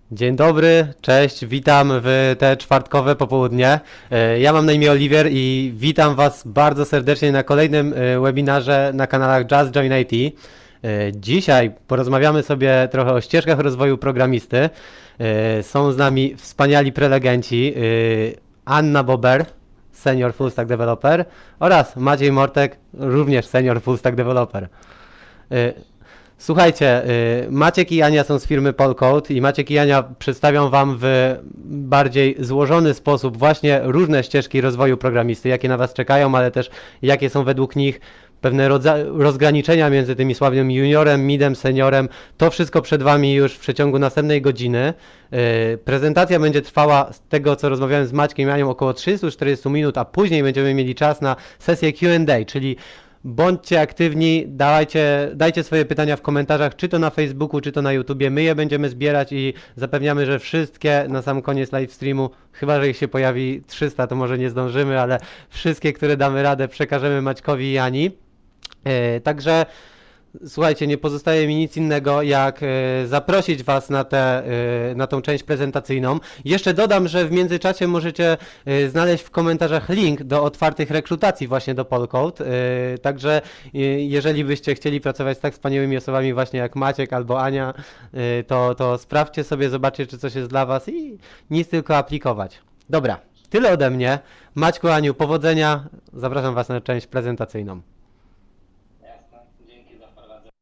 Dzień dobry, cześć, witam w te czwartkowe popołudnie. Ja mam na imię Oliwier i witam Was bardzo serdecznie na kolejnym webinarze na kanałach Just Join IT. Dzisiaj porozmawiamy sobie trochę o ścieżkach rozwoju programisty. Są z nami wspaniali prelegenci Anna Bober, Senior Full Stack Developer oraz Maciej Mortek, również Senior Full Stack Developer. Słuchajcie, Maciek i Ania są z firmy Polcode i Maciek i Ania przedstawią Wam w bardziej złożony sposób właśnie różne ścieżki rozwoju programisty, jakie na Was czekają, ale też jakie są według nich pewne rozgraniczenia między tymi sławnym juniorem, midem, seniorem. To wszystko przed Wami już w przeciągu następnej godziny. Prezentacja będzie trwała, z tego co rozmawiałem z Maćkiem i Anią, około 30-40 minut, a później będziemy mieli czas na sesję Q&A, czyli bądźcie aktywni, dajcie swoje pytania w komentarzach, czy to na Facebooku, czy to na YouTubie. My je będziemy zbierać i zapewniamy, że wszystkie na sam koniec live streamu, chyba że ich się pojawi 300, to może nie zdążymy, ale wszystkie, które damy radę, przekażemy Maćkowi i Ani. Także słuchajcie, nie pozostaje mi nic innego, jak zaprosić Was na tą część prezentacyjną. Jeszcze dodam, że w międzyczasie możecie znaleźć w komentarzach link do otwartych rekrutacji właśnie do Polcode. Także jeżeli byście chcieli pracować z tak wspaniałymi osobami właśnie jak Maciek albo Ania, to sprawdźcie sobie, zobaczcie, czy coś jest dla Was i nic, tylko aplikować. Dobra, tyle ode mnie. Maćku, Aniu, powodzenia. Zapraszam Was na część prezentacyjną. Jasne, dzięki za wprowadzenie.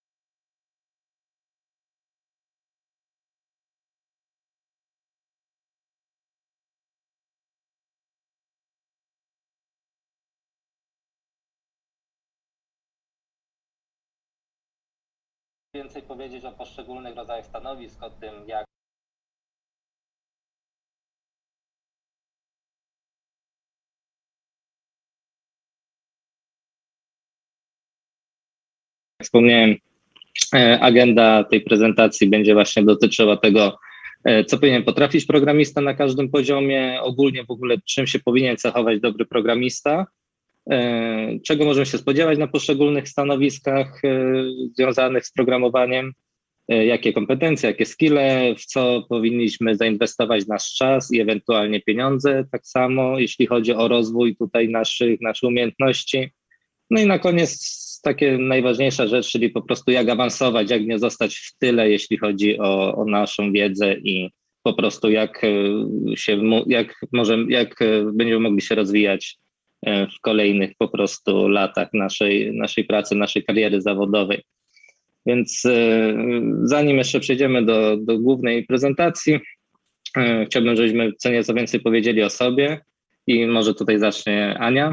Więcej powiedzieć o poszczególnych rodzajach stanowisk, o tym jak wspomniałem, agenda tej prezentacji będzie właśnie dotyczyła tego, co powinien potrafić programista na każdym poziomie, ogólnie w ogóle czym się powinien cechować dobry programista, czego możemy się spodziewać na poszczególnych stanowiskach związanych z programowaniem, jakie kompetencje, jakie skille, w co powinniśmy zainwestować nasz czas i ewentualnie pieniądze, tak samo jeśli chodzi o rozwój tutaj naszych umiejętności. No i na koniec takie najważniejsza rzecz, czyli po prostu jak awansować, jak nie zostać w tyle, jeśli chodzi o naszą wiedzę i po prostu jak będziemy mogli się rozwijać w kolejnych po prostu latach naszej pracy, naszej kariery zawodowej. Więc zanim jeszcze przejdziemy do głównej prezentacji, chciałbym, żebyśmy co nieco więcej powiedzieli o sobie i może tutaj zacznie Ania.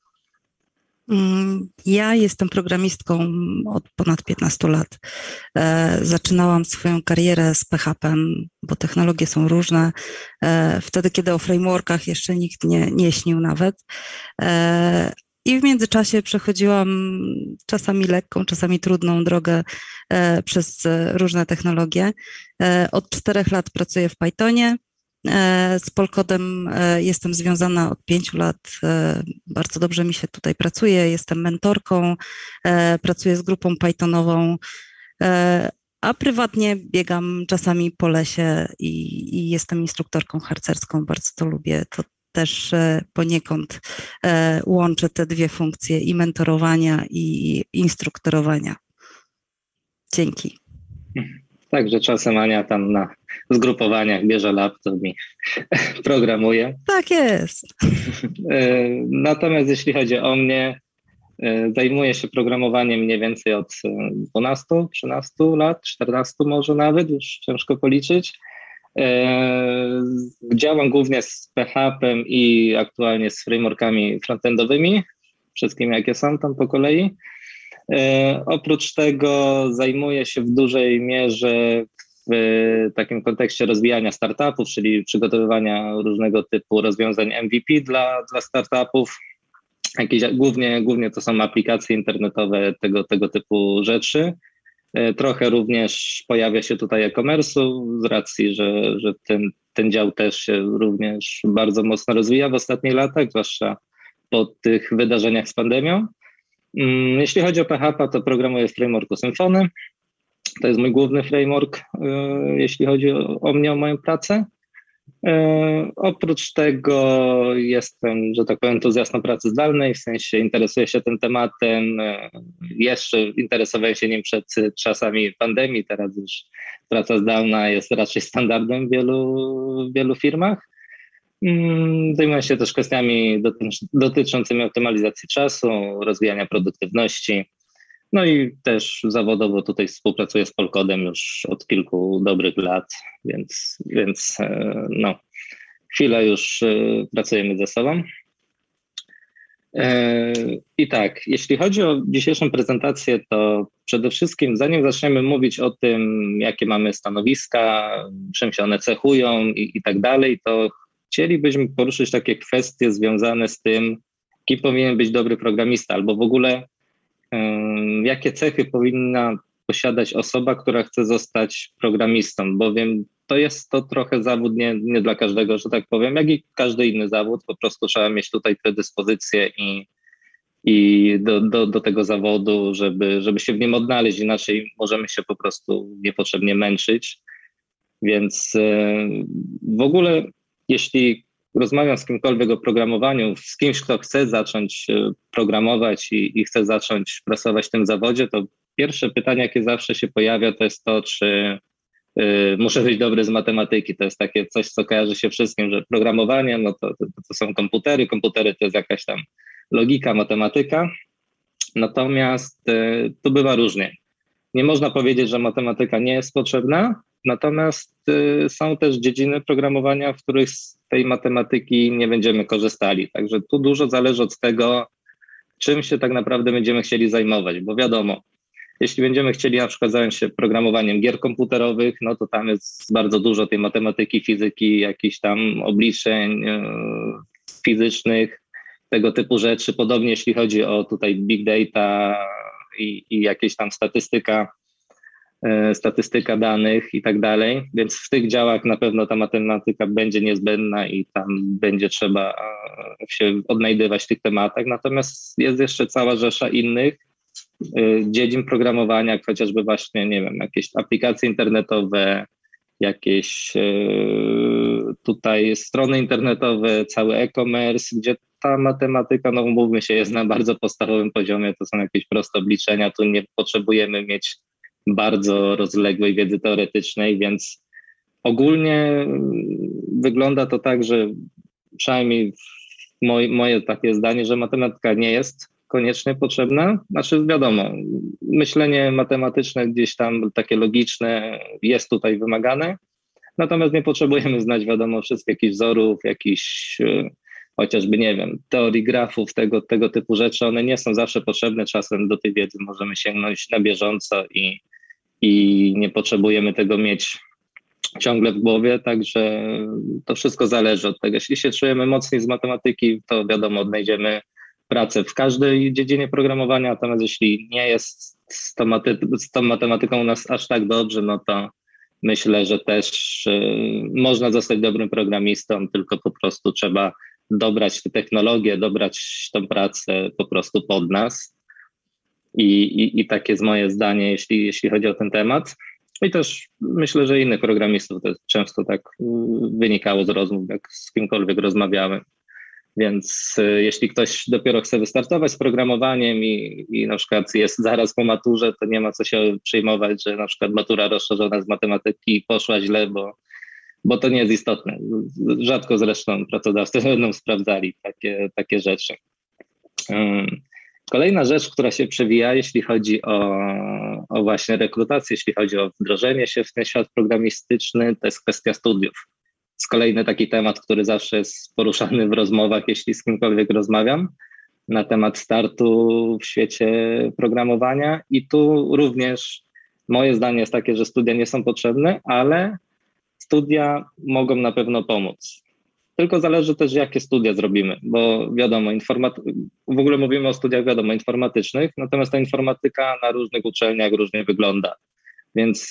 Ja jestem programistką od ponad 15 lat. Zaczynałam swoją karierę z PHP-em, bo technologie są różne. Wtedy, kiedy o frameworkach jeszcze nikt nie śnił nawet. I w międzyczasie przechodziłam czasami lekką, czasami trudną drogę przez różne technologie. Od 4 lat pracuję w Pythonie. Z Polcodem jestem związana od 5 lat. Bardzo dobrze mi się tutaj pracuje. Jestem mentorką, pracuję z grupą Pythonową, a prywatnie biegam czasami po lesie i jestem instruktorką harcerską. Bardzo to lubię. To też poniekąd łączę te dwie funkcje i mentorowania, i instruktorowania. Dzięki. Także czasem Ania tam na zgrupowaniach bierze laptop i programuje. Tak jest. Natomiast jeśli chodzi o mnie, zajmuję się programowaniem mniej więcej od 12, 13 lat, 14 może nawet, już ciężko policzyć. Działam głównie z PHP-em i aktualnie z frameworkami frontendowymi, wszystkimi jakie są tam po kolei. Oprócz tego zajmuję się w dużej mierze w takim kontekście rozwijania startupów, czyli przygotowywania różnego typu rozwiązań MVP dla startupów. Głównie to są aplikacje internetowe, tego typu rzeczy. Trochę również pojawia się tutaj e-commerce'u z racji, że ten dział też się również bardzo mocno rozwija w ostatnich latach, zwłaszcza po tych wydarzeniach z pandemią. Jeśli chodzi o PHP, to programuję w frameworku Symfony. To jest mój główny framework, jeśli chodzi o mnie, o moją pracę. Oprócz tego jestem, że tak powiem, entuzjastą pracy zdalnej, w sensie interesuję się tym tematem. Jeszcze interesowałem się nim przed czasami pandemii, teraz już praca zdalna jest raczej standardem w wielu firmach. Zajmuję się też kwestiami dotyczącymi optymalizacji czasu, rozwijania produktywności. No i też zawodowo tutaj współpracuję z Polkodem już od kilku dobrych lat, więc no, chwilę już pracujemy ze sobą. I tak, jeśli chodzi o dzisiejszą prezentację, to przede wszystkim zanim zaczniemy mówić o tym, jakie mamy stanowiska, czym się one cechują i tak dalej, to chcielibyśmy poruszyć takie kwestie związane z tym, kim powinien być dobry programista, albo w ogóle jakie cechy powinna posiadać osoba, która chce zostać programistą, bowiem to jest to trochę zawód nie dla każdego, że tak powiem, jak i każdy inny zawód, po prostu trzeba mieć tutaj predyspozycje i do tego zawodu, żeby się w nim odnaleźć, inaczej możemy się po prostu niepotrzebnie męczyć. Więc w ogóle jeśli rozmawiam z kimkolwiek o programowaniu, z kimś, kto chce zacząć programować i chce zacząć pracować w tym zawodzie, to pierwsze pytanie, jakie zawsze się pojawia, to jest to, czy muszę być dobry z matematyki. To jest takie coś, co kojarzy się wszystkim, że programowanie, no to są komputery to jest jakaś tam logika, matematyka. Natomiast tu bywa różnie. Nie można powiedzieć, że matematyka nie jest potrzebna, natomiast są też dziedziny programowania, w których z tej matematyki nie będziemy korzystali. Także tu dużo zależy od tego, czym się tak naprawdę będziemy chcieli zajmować, bo wiadomo, jeśli będziemy chcieli na przykład zająć się programowaniem gier komputerowych, no to tam jest bardzo dużo tej matematyki, fizyki, jakichś tam obliczeń fizycznych, tego typu rzeczy. Podobnie jeśli chodzi o tutaj big data i jakieś tam statystyka danych i tak dalej, więc w tych działach na pewno ta matematyka będzie niezbędna i tam będzie trzeba się odnajdywać w tych tematach. Natomiast jest jeszcze cała rzesza innych dziedzin programowania, jak chociażby właśnie, nie wiem, jakieś aplikacje internetowe, jakieś tutaj strony internetowe, cały e-commerce, gdzie ta matematyka, no umówmy się, jest na bardzo podstawowym poziomie, to są jakieś proste obliczenia, tu nie potrzebujemy mieć bardzo rozległej wiedzy teoretycznej, więc ogólnie wygląda to tak, że przynajmniej moje takie zdanie, że matematyka nie jest koniecznie potrzebna. Znaczy wiadomo, myślenie matematyczne gdzieś tam takie logiczne jest tutaj wymagane, natomiast nie potrzebujemy znać wiadomo wszystkich jakichś wzorów, jakichś chociażby, nie wiem, teorii grafów, tego typu rzeczy. One nie są zawsze potrzebne, czasem do tej wiedzy możemy sięgnąć na bieżąco i nie potrzebujemy tego mieć ciągle w głowie, także to wszystko zależy od tego. Jeśli się czujemy mocniej z matematyki, to wiadomo, odnajdziemy pracę w każdej dziedzinie programowania, natomiast jeśli nie jest z tą matematyką u nas aż tak dobrze, no to myślę, że też można zostać dobrym programistą, tylko po prostu trzeba dobrać te technologie, dobrać tą pracę po prostu pod nas. I takie jest moje zdanie, jeśli chodzi o ten temat. I też myślę, że innych programistów to często tak wynikało z rozmów, jak z kimkolwiek rozmawiałem. Więc jeśli ktoś dopiero chce wystartować z programowaniem i na przykład jest zaraz po maturze, to nie ma co się przejmować, że na przykład matura rozszerzona z matematyki poszła źle, bo to nie jest istotne. Rzadko zresztą pracodawcy będą sprawdzali takie rzeczy. Kolejna rzecz, która się przewija, jeśli chodzi o właśnie rekrutację, jeśli chodzi o wdrożenie się w ten świat programistyczny, to jest kwestia studiów. jest kolejny taki temat, który zawsze jest poruszany w rozmowach, jeśli z kimkolwiek rozmawiam, na temat startu w świecie programowania. I tu również moje zdanie jest takie, że studia nie są potrzebne, ale studia mogą na pewno pomóc. Tylko zależy też, jakie studia zrobimy, bo wiadomo, w ogóle mówimy o studiach, wiadomo, informatycznych, natomiast ta informatyka na różnych uczelniach różnie wygląda. Więc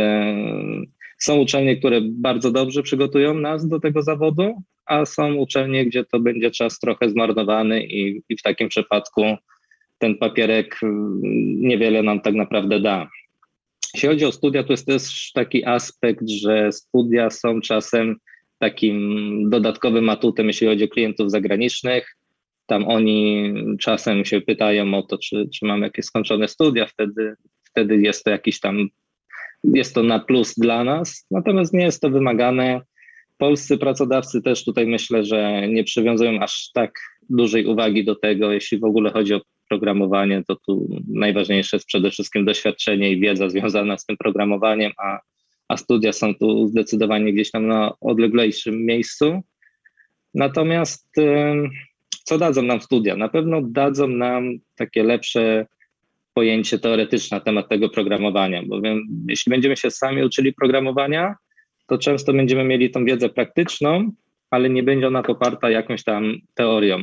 są uczelnie, które bardzo dobrze przygotują nas do tego zawodu, a są uczelnie, gdzie to będzie czas trochę zmarnowany i w takim przypadku ten papierek niewiele nam tak naprawdę da. Jeśli chodzi o studia, to jest też taki aspekt, że studia są czasem takim dodatkowym atutem, jeśli chodzi o klientów zagranicznych. Tam oni czasem się pytają o to, czy mamy jakieś skończone studia, wtedy jest to jakiś tam, jest to na plus dla nas, natomiast nie jest to wymagane. Polscy pracodawcy też tutaj myślę, że nie przywiązują aż tak dużej uwagi do tego, jeśli w ogóle chodzi o programowanie, to tu najważniejsze jest przede wszystkim doświadczenie i wiedza związana z tym programowaniem, a studia są tu zdecydowanie gdzieś tam na odleglejszym miejscu. Natomiast co dadzą nam studia? Na pewno dadzą nam takie lepsze pojęcie teoretyczne na temat tego programowania, bowiem jeśli będziemy się sami uczyli programowania, to często będziemy mieli tą wiedzę praktyczną, ale nie będzie ona poparta jakąś tam teorią.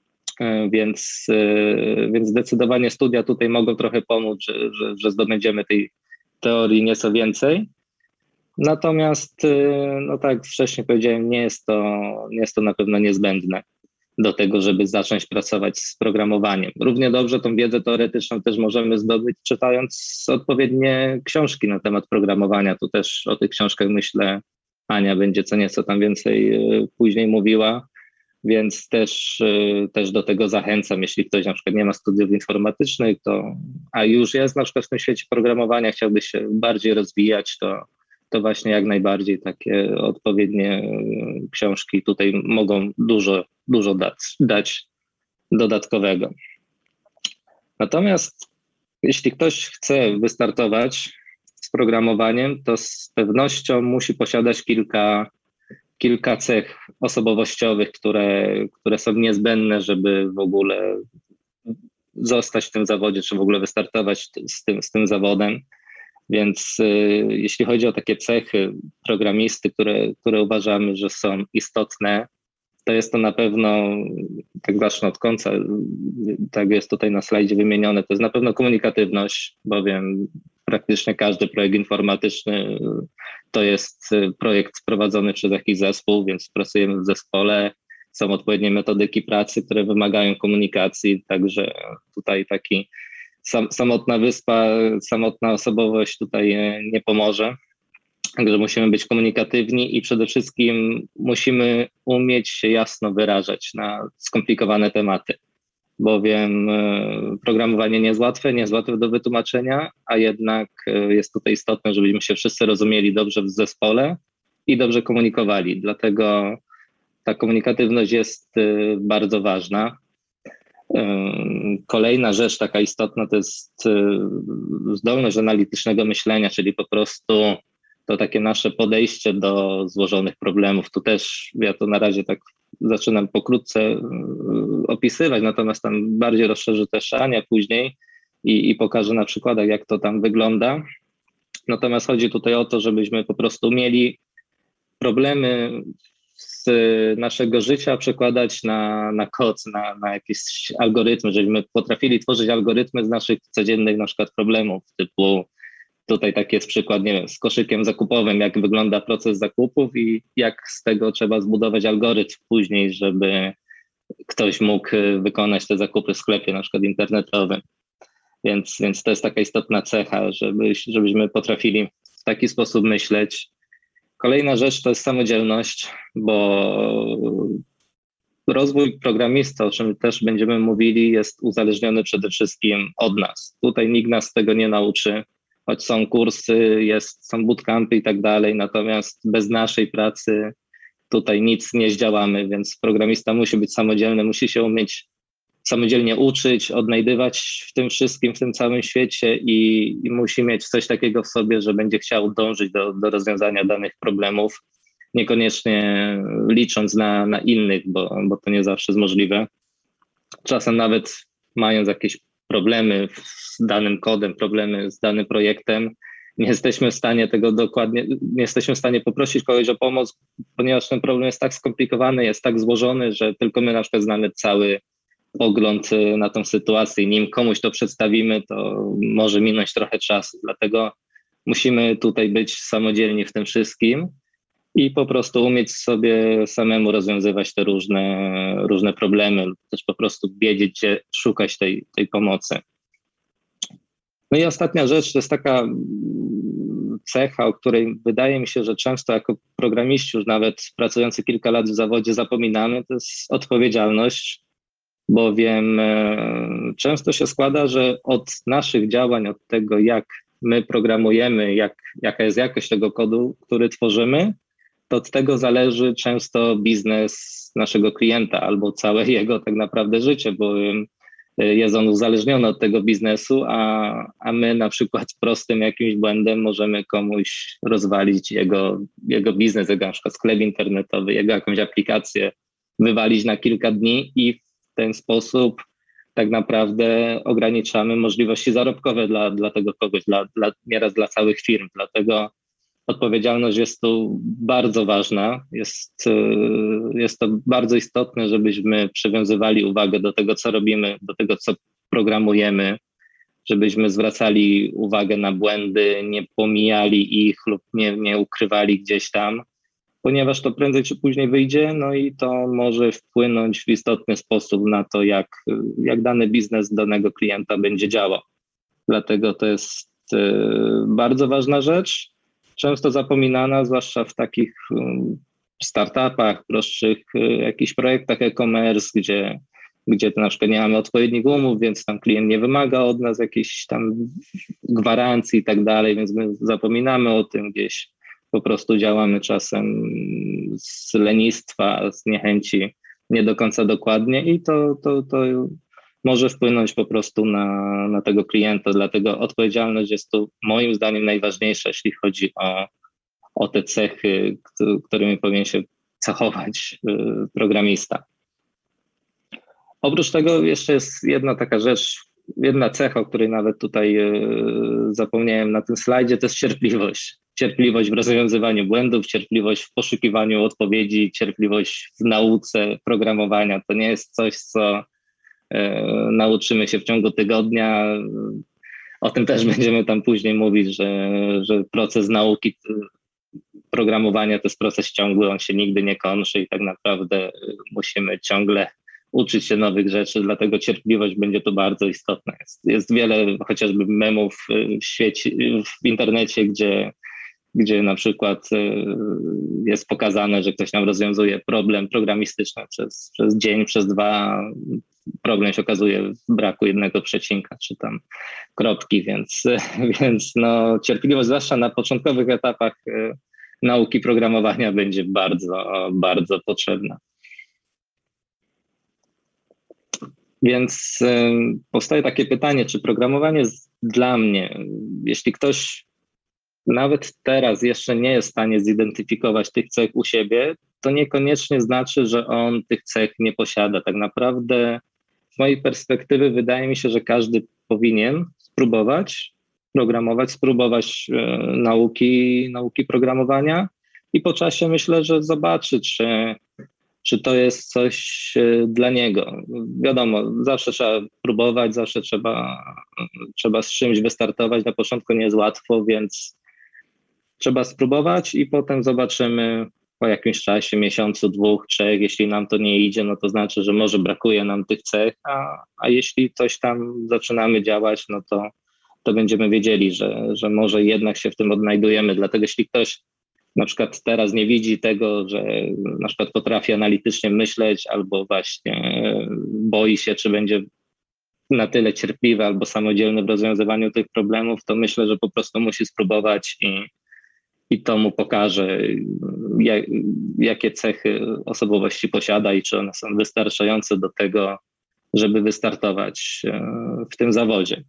Więc zdecydowanie studia tutaj mogą trochę pomóc, że zdobędziemy tej teorii nieco więcej. Natomiast, no tak jak wcześniej powiedziałem, nie jest to na pewno niezbędne do tego, żeby zacząć pracować z programowaniem. Równie dobrze tą wiedzę teoretyczną też możemy zdobyć, czytając odpowiednie książki na temat programowania. Tu też o tych książkach, myślę, Ania będzie co nieco tam więcej później mówiła, więc też do tego zachęcam. Jeśli ktoś na przykład nie ma studiów informatycznych, a już jest na przykład w tym świecie programowania, chciałby się bardziej rozwijać, to właśnie jak najbardziej takie odpowiednie książki tutaj mogą dużo dać dodatkowego. Natomiast jeśli ktoś chce wystartować z programowaniem, to z pewnością musi posiadać kilka cech osobowościowych, które są niezbędne, żeby w ogóle zostać w tym zawodzie, czy w ogóle wystartować z tym zawodem. Więc jeśli chodzi o takie cechy programisty, które uważamy, że są istotne, to jest to na pewno, tak zacznę od końca, tak jest tutaj na slajdzie wymienione, to jest na pewno komunikatywność, bowiem praktycznie każdy projekt informatyczny to jest projekt prowadzony przez jakiś zespół, więc pracujemy w zespole, są odpowiednie metodyki pracy, które wymagają komunikacji, także tutaj taki samotna wyspa, samotna osobowość tutaj nie pomoże. Także musimy być komunikatywni i przede wszystkim musimy umieć się jasno wyrażać na skomplikowane tematy, bowiem programowanie nie jest łatwe do wytłumaczenia, a jednak jest tutaj istotne, żebyśmy się wszyscy rozumieli dobrze w zespole i dobrze komunikowali. Dlatego ta komunikatywność jest bardzo ważna. Kolejna rzecz taka istotna to jest zdolność analitycznego myślenia, czyli po prostu to takie nasze podejście do złożonych problemów. Tu też ja to na razie tak zaczynam pokrótce opisywać, natomiast tam bardziej rozszerzy też Ania później i pokażę na przykładach, jak to tam wygląda. Natomiast chodzi tutaj o to, żebyśmy po prostu mieli problemy z naszego życia przekładać na kod, na jakieś algorytmy, żebyśmy potrafili tworzyć algorytmy z naszych codziennych na przykład problemów, typu tutaj taki jest przykład, nie wiem, z koszykiem zakupowym, jak wygląda proces zakupów i jak z tego trzeba zbudować algorytm później, żeby ktoś mógł wykonać te zakupy w sklepie na przykład internetowym. Więc to jest taka istotna cecha, żebyśmy potrafili w taki sposób myśleć. Kolejna rzecz to jest samodzielność, bo rozwój programista, o czym też będziemy mówili, jest uzależniony przede wszystkim od nas. Tutaj nikt nas tego nie nauczy, choć są kursy, są bootcampy i tak dalej, natomiast bez naszej pracy tutaj nic nie zdziałamy, więc programista musi być samodzielny, musi się umieć samodzielnie uczyć, odnajdywać w tym wszystkim, w tym całym świecie i musi mieć coś takiego w sobie, że będzie chciał dążyć do rozwiązania danych problemów, niekoniecznie licząc na innych, bo to nie zawsze jest możliwe. Czasem nawet mając jakieś problemy z danym kodem, problemy z danym projektem, nie jesteśmy w stanie tego dokładnie, nie jesteśmy w stanie poprosić kogoś o pomoc, ponieważ ten problem jest tak skomplikowany, jest tak złożony, że tylko my na przykład znamy cały pogląd na tą sytuację i nim komuś to przedstawimy, to może minąć trochę czasu. Dlatego musimy tutaj być samodzielni w tym wszystkim i po prostu umieć sobie samemu rozwiązywać te różne problemy lub też po prostu wiedzieć, gdzie szukać tej pomocy. No i ostatnia rzecz, to jest taka cecha, o której wydaje mi się, że często jako programiści, już nawet pracujący kilka lat w zawodzie, zapominamy, to jest odpowiedzialność, bowiem często się składa, że od naszych działań, od tego, jak my programujemy, jaka jest jakość tego kodu, który tworzymy, to od tego zależy często biznes naszego klienta albo całe jego tak naprawdę życie, bo jest on uzależniony od tego biznesu, a my na przykład prostym jakimś błędem możemy komuś rozwalić jego biznes, jego na przykład sklep internetowy, jego jakąś aplikację wywalić na kilka dni i w ten sposób tak naprawdę ograniczamy możliwości zarobkowe dla tego kogoś, nieraz dla całych firm. Dlatego odpowiedzialność jest tu bardzo ważna. Jest to bardzo istotne, żebyśmy przywiązywali uwagę do tego, co robimy, do tego, co programujemy, żebyśmy zwracali uwagę na błędy, nie pomijali ich lub nie ukrywali gdzieś tam, ponieważ to prędzej czy później wyjdzie, no i to może wpłynąć w istotny sposób na to, jak dany biznes danego klienta będzie działał. Dlatego to jest bardzo ważna rzecz, często zapominana, zwłaszcza w takich startupach, prostszych jakichś projektach e-commerce, gdzie to na przykład nie mamy odpowiednich umów, więc tam klient nie wymaga od nas jakichś tam gwarancji i tak dalej, więc my zapominamy o tym gdzieś. Po prostu działamy czasem z lenistwa, z niechęci, nie do końca dokładnie i to może wpłynąć po prostu na tego klienta. Dlatego odpowiedzialność jest tu moim zdaniem najważniejsza, jeśli chodzi o te cechy, którymi powinien się cechować programista. Oprócz tego jeszcze jest jedna taka rzecz, jedna cecha, o której nawet tutaj zapomniałem na tym slajdzie, to jest cierpliwość. Cierpliwość w rozwiązywaniu błędów, cierpliwość w poszukiwaniu odpowiedzi, cierpliwość w nauce programowania. To nie jest coś, co nauczymy się w ciągu tygodnia. O tym też będziemy tam później mówić, że proces nauki programowania to jest proces ciągły, on się nigdy nie kończy i tak naprawdę musimy ciągle uczyć się nowych rzeczy, dlatego cierpliwość będzie tu bardzo istotna. Jest wiele chociażby memów w świecie, w internecie, gdzie na przykład jest pokazane, że ktoś nam rozwiązuje problem programistyczny przez dzień, przez dwa. Problem się okazuje w braku jednego przecinka czy tam kropki, więc no, cierpliwość, zwłaszcza na początkowych etapach nauki programowania, będzie bardzo, bardzo potrzebna. Więc powstaje takie pytanie, czy programowanie jest dla mnie, jeśli ktoś nawet teraz jeszcze nie jest w stanie zidentyfikować tych cech u siebie, to niekoniecznie znaczy, że on tych cech nie posiada. Tak naprawdę z mojej perspektywy wydaje mi się, że każdy powinien spróbować programować, spróbować nauki programowania i po czasie myślę, że zobaczy, czy to jest coś dla niego. Wiadomo, zawsze trzeba próbować, zawsze trzeba z czymś wystartować. Na początku nie jest łatwo, więc trzeba spróbować i potem zobaczymy po jakimś czasie, miesiącu, 2, 3, jeśli nam to nie idzie, no to znaczy, że może brakuje nam tych cech, a jeśli coś tam zaczynamy działać, no to będziemy wiedzieli, że może jednak się w tym odnajdujemy. Dlatego jeśli ktoś na przykład teraz nie widzi tego, że na przykład potrafi analitycznie myśleć albo właśnie boi się, czy będzie na tyle cierpliwy albo samodzielny w rozwiązywaniu tych problemów, to myślę, że po prostu musi spróbować i to mu pokaże, jakie cechy osobowości posiada i czy one są wystarczające do tego, żeby wystartować w tym zawodzie.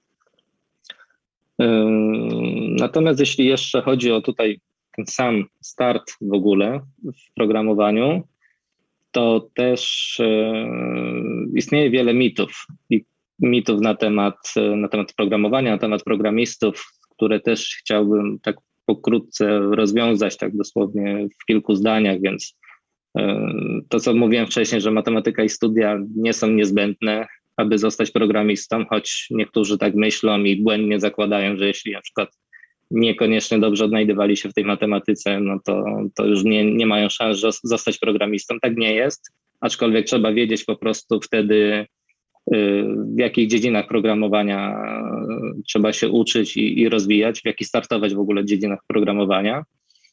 Natomiast jeśli jeszcze chodzi o tutaj ten sam start w ogóle w programowaniu, to też istnieje wiele mitów na temat programowania, na temat programistów, które też chciałbym tak pokrótce rozwiązać, tak dosłownie w kilku zdaniach, więc to, co mówiłem wcześniej, że matematyka i studia nie są niezbędne, aby zostać programistą, choć niektórzy tak myślą i błędnie zakładają, że jeśli na przykład niekoniecznie dobrze odnajdywali się w tej matematyce, no to już nie mają szans zostać programistą. Tak nie jest, aczkolwiek trzeba wiedzieć po prostu wtedy, w jakich dziedzinach programowania trzeba się uczyć i rozwijać, w jakich startować w ogóle dziedzinach programowania.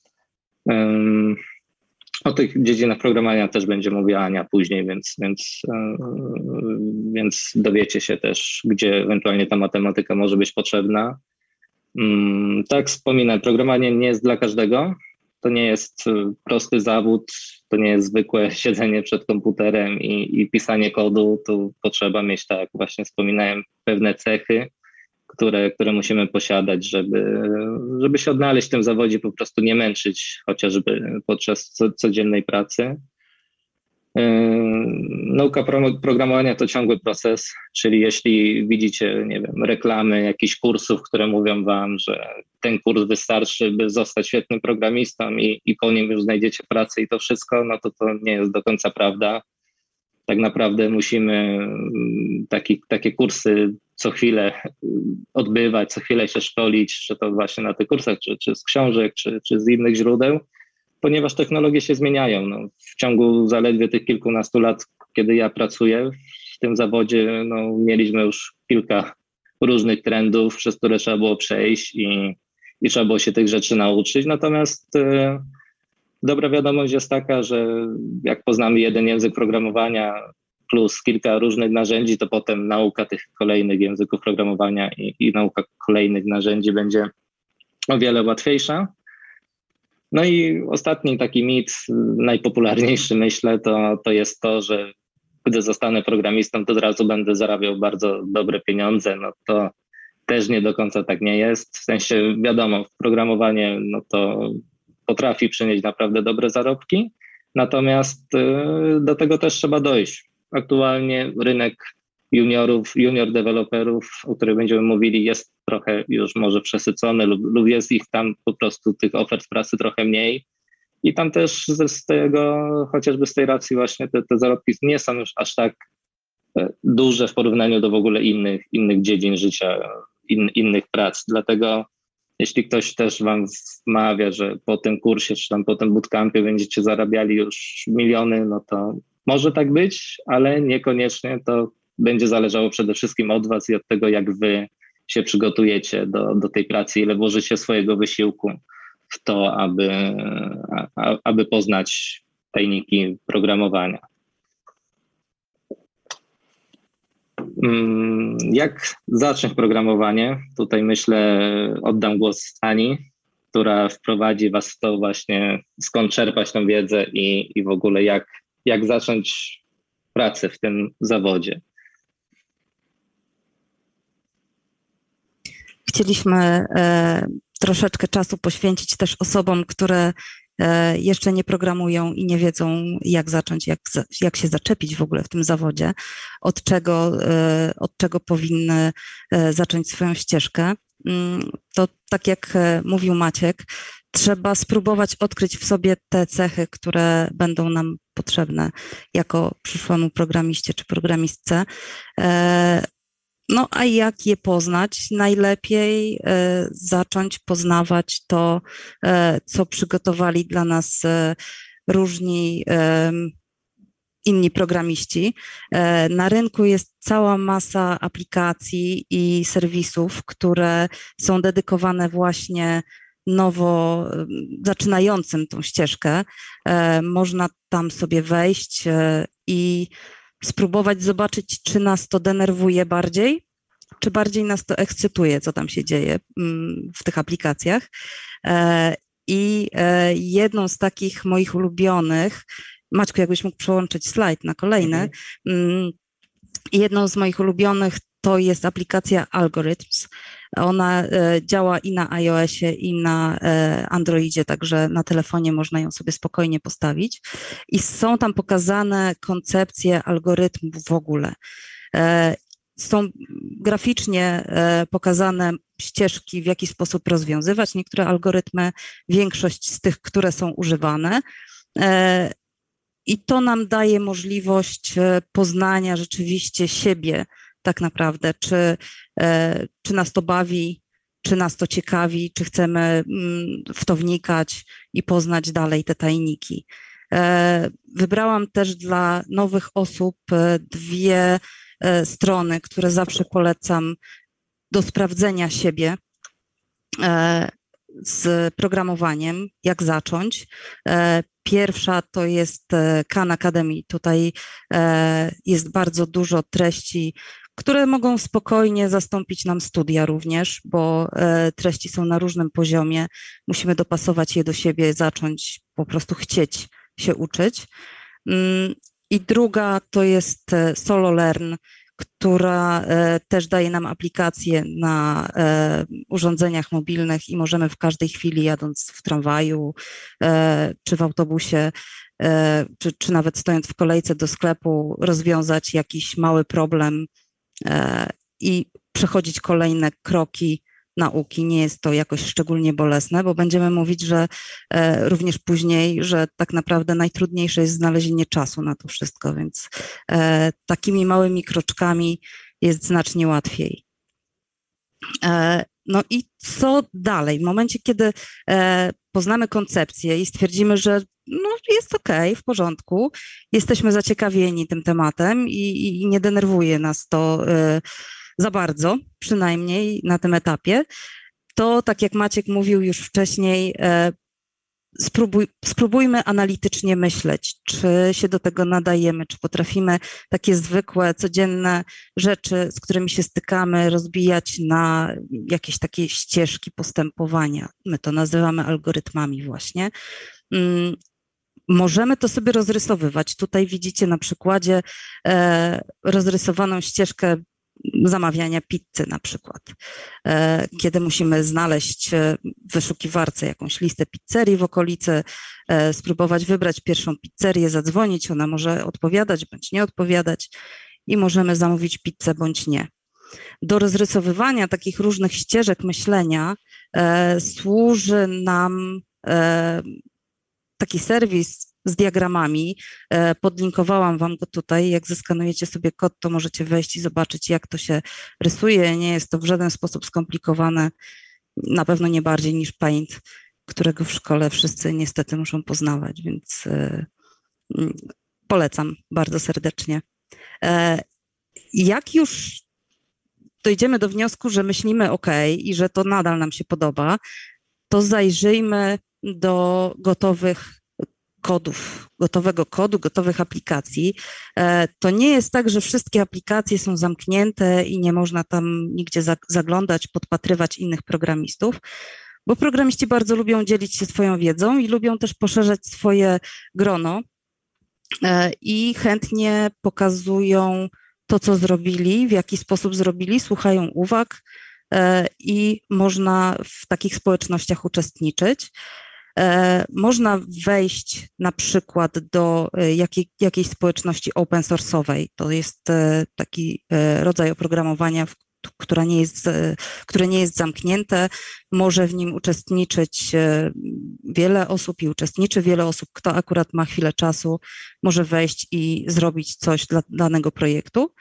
O tych dziedzinach programowania też będzie mówiła Ania później, więc dowiecie się też, gdzie ewentualnie ta matematyka może być potrzebna. Tak, wspominam, programowanie nie jest dla każdego. To nie jest prosty zawód, to nie jest zwykłe siedzenie przed komputerem i pisanie kodu. Tu potrzeba mieć, tak jak właśnie wspominałem, pewne cechy, które musimy posiadać, żeby się odnaleźć w tym zawodzie, po prostu nie męczyć chociażby podczas codziennej pracy. Nauka programowania to ciągły proces, czyli jeśli widzicie, nie wiem, reklamy jakichś kursów, które mówią wam, że ten kurs wystarczy, by zostać świetnym programistą i po nim już znajdziecie pracę i to wszystko, no to nie jest do końca prawda. Tak naprawdę musimy takie kursy co chwilę odbywać, co chwilę się szkolić, czy to właśnie na tych kursach, czy z książek, czy z innych źródeł, ponieważ technologie się zmieniają. No, w ciągu zaledwie tych kilkunastu lat, kiedy ja pracuję w tym zawodzie, no, mieliśmy już kilka różnych trendów, przez które trzeba było przejść i trzeba było się tych rzeczy nauczyć. Natomiast dobra wiadomość jest taka, że jak poznamy jeden język programowania plus kilka różnych narzędzi, to potem nauka tych kolejnych języków programowania i nauka kolejnych narzędzi będzie o wiele łatwiejsza. No i ostatni taki mit, najpopularniejszy myślę, to jest to, że gdy zostanę programistą, to od razu będę zarabiał bardzo dobre pieniądze. No to też nie do końca tak nie jest. W sensie wiadomo, programowanie no to potrafi przynieść naprawdę dobre zarobki, natomiast do tego też trzeba dojść. Aktualnie rynek junior deweloperów, o których będziemy mówili, jest trochę już może przesycony lub jest ich tam po prostu tych ofert pracy trochę mniej i tam też chociażby z tej racji właśnie te zarobki nie są już aż tak duże w porównaniu do w ogóle innych dziedzin życia, innych prac. Dlatego jeśli ktoś też wam wmawia, że po tym kursie czy tam po tym bootcampie będziecie zarabiali już miliony, no to może tak być, ale niekoniecznie. To będzie zależało przede wszystkim od was i od tego, jak wy się przygotujecie do tej pracy, ile włożycie swojego wysiłku w to, aby poznać tajniki programowania. Jak zacząć programowanie? Tutaj myślę, oddam głos Ani, która wprowadzi was w to właśnie, skąd czerpać tą wiedzę i w ogóle jak zacząć pracę w tym zawodzie. Chcieliśmy troszeczkę czasu poświęcić też osobom, które jeszcze nie programują i nie wiedzą, jak zacząć, jak się zaczepić w ogóle w tym zawodzie, od czego powinny zacząć swoją ścieżkę. To tak jak mówił Maciek, trzeba spróbować odkryć w sobie te cechy, które będą nam potrzebne jako przyszłemu programiście czy programistce. No a jak je poznać? Najlepiej zacząć poznawać to, co przygotowali dla nas różni inni programiści. Na rynku jest cała masa aplikacji i serwisów, które są dedykowane właśnie nowo zaczynającym tą ścieżkę. Można tam sobie wejść i spróbować zobaczyć, czy nas to denerwuje bardziej, czy bardziej nas to ekscytuje, co tam się dzieje w tych aplikacjach. I jedną z takich moich ulubionych, Maćku, jakbyś mógł przełączyć slajd na kolejny, jedną z moich ulubionych to jest aplikacja Algorithms. Ona działa i na iOSie, i na Androidzie, także na telefonie można ją sobie spokojnie postawić. I są tam pokazane koncepcje algorytmów w ogóle. Są graficznie pokazane ścieżki, w jaki sposób rozwiązywać niektóre algorytmy, większość z tych, które są używane. I to nam daje możliwość poznania rzeczywiście siebie tak naprawdę, czy nas to bawi, czy nas to ciekawi, czy chcemy w to wnikać i poznać dalej te tajniki. Wybrałam też dla nowych osób dwie strony, które zawsze polecam do sprawdzenia siebie z programowaniem, jak zacząć. Pierwsza to jest Khan Academy. Tutaj jest bardzo dużo treści, które mogą spokojnie zastąpić nam studia również, bo treści są na różnym poziomie. Musimy dopasować je do siebie, zacząć po prostu chcieć się uczyć. I druga to jest Solo Learn, która też daje nam aplikację na urządzeniach mobilnych i możemy w każdej chwili, jadąc w tramwaju czy w autobusie, czy nawet stojąc w kolejce do sklepu, rozwiązać jakiś mały problem i przechodzić kolejne kroki nauki. Nie jest to jakoś szczególnie bolesne, bo będziemy mówić, że również później, że tak naprawdę najtrudniejsze jest znalezienie czasu na to wszystko, więc takimi małymi kroczkami jest znacznie łatwiej. No i co dalej? W momencie, kiedy poznamy koncepcję i stwierdzimy, że no jest okej, w porządku, jesteśmy zaciekawieni tym tematem i nie denerwuje nas to za bardzo, przynajmniej na tym etapie, to tak jak Maciek mówił już wcześniej, spróbujmy analitycznie myśleć, czy się do tego nadajemy, czy potrafimy takie zwykłe, codzienne rzeczy, z którymi się stykamy, rozbijać na jakieś takie ścieżki postępowania. My to nazywamy algorytmami właśnie. Możemy to sobie rozrysowywać. Tutaj widzicie na przykładzie rozrysowaną ścieżkę zamawiania pizzy na przykład, kiedy musimy znaleźć w wyszukiwarce jakąś listę pizzerii w okolicy, spróbować wybrać pierwszą pizzerię, zadzwonić, ona może odpowiadać bądź nie odpowiadać i możemy zamówić pizzę bądź nie. Do rozrysowywania takich różnych ścieżek myślenia służy nam taki serwis z diagramami. Podlinkowałam wam go tutaj. Jak zeskanujecie sobie kod, to możecie wejść i zobaczyć, jak to się rysuje. Nie jest to w żaden sposób skomplikowane, na pewno nie bardziej niż Paint, którego w szkole wszyscy niestety muszą poznawać, więc polecam bardzo serdecznie. Jak już dojdziemy do wniosku, że myślimy OK i że to nadal nam się podoba, to zajrzyjmy do gotowego kodu, gotowych aplikacji. To nie jest tak, że wszystkie aplikacje są zamknięte i nie można tam nigdzie zaglądać, podpatrywać innych programistów, bo programiści bardzo lubią dzielić się swoją wiedzą i lubią też poszerzać swoje grono i chętnie pokazują to, co zrobili, w jaki sposób zrobili, słuchają uwag i można w takich społecznościach uczestniczyć. Można wejść na przykład do jakiejś społeczności open source'owej. To jest taki rodzaj oprogramowania, które nie jest zamknięte. Może w nim uczestniczyć wiele osób i uczestniczy wiele osób. Kto akurat ma chwilę czasu, może wejść i zrobić coś dla danego projektu.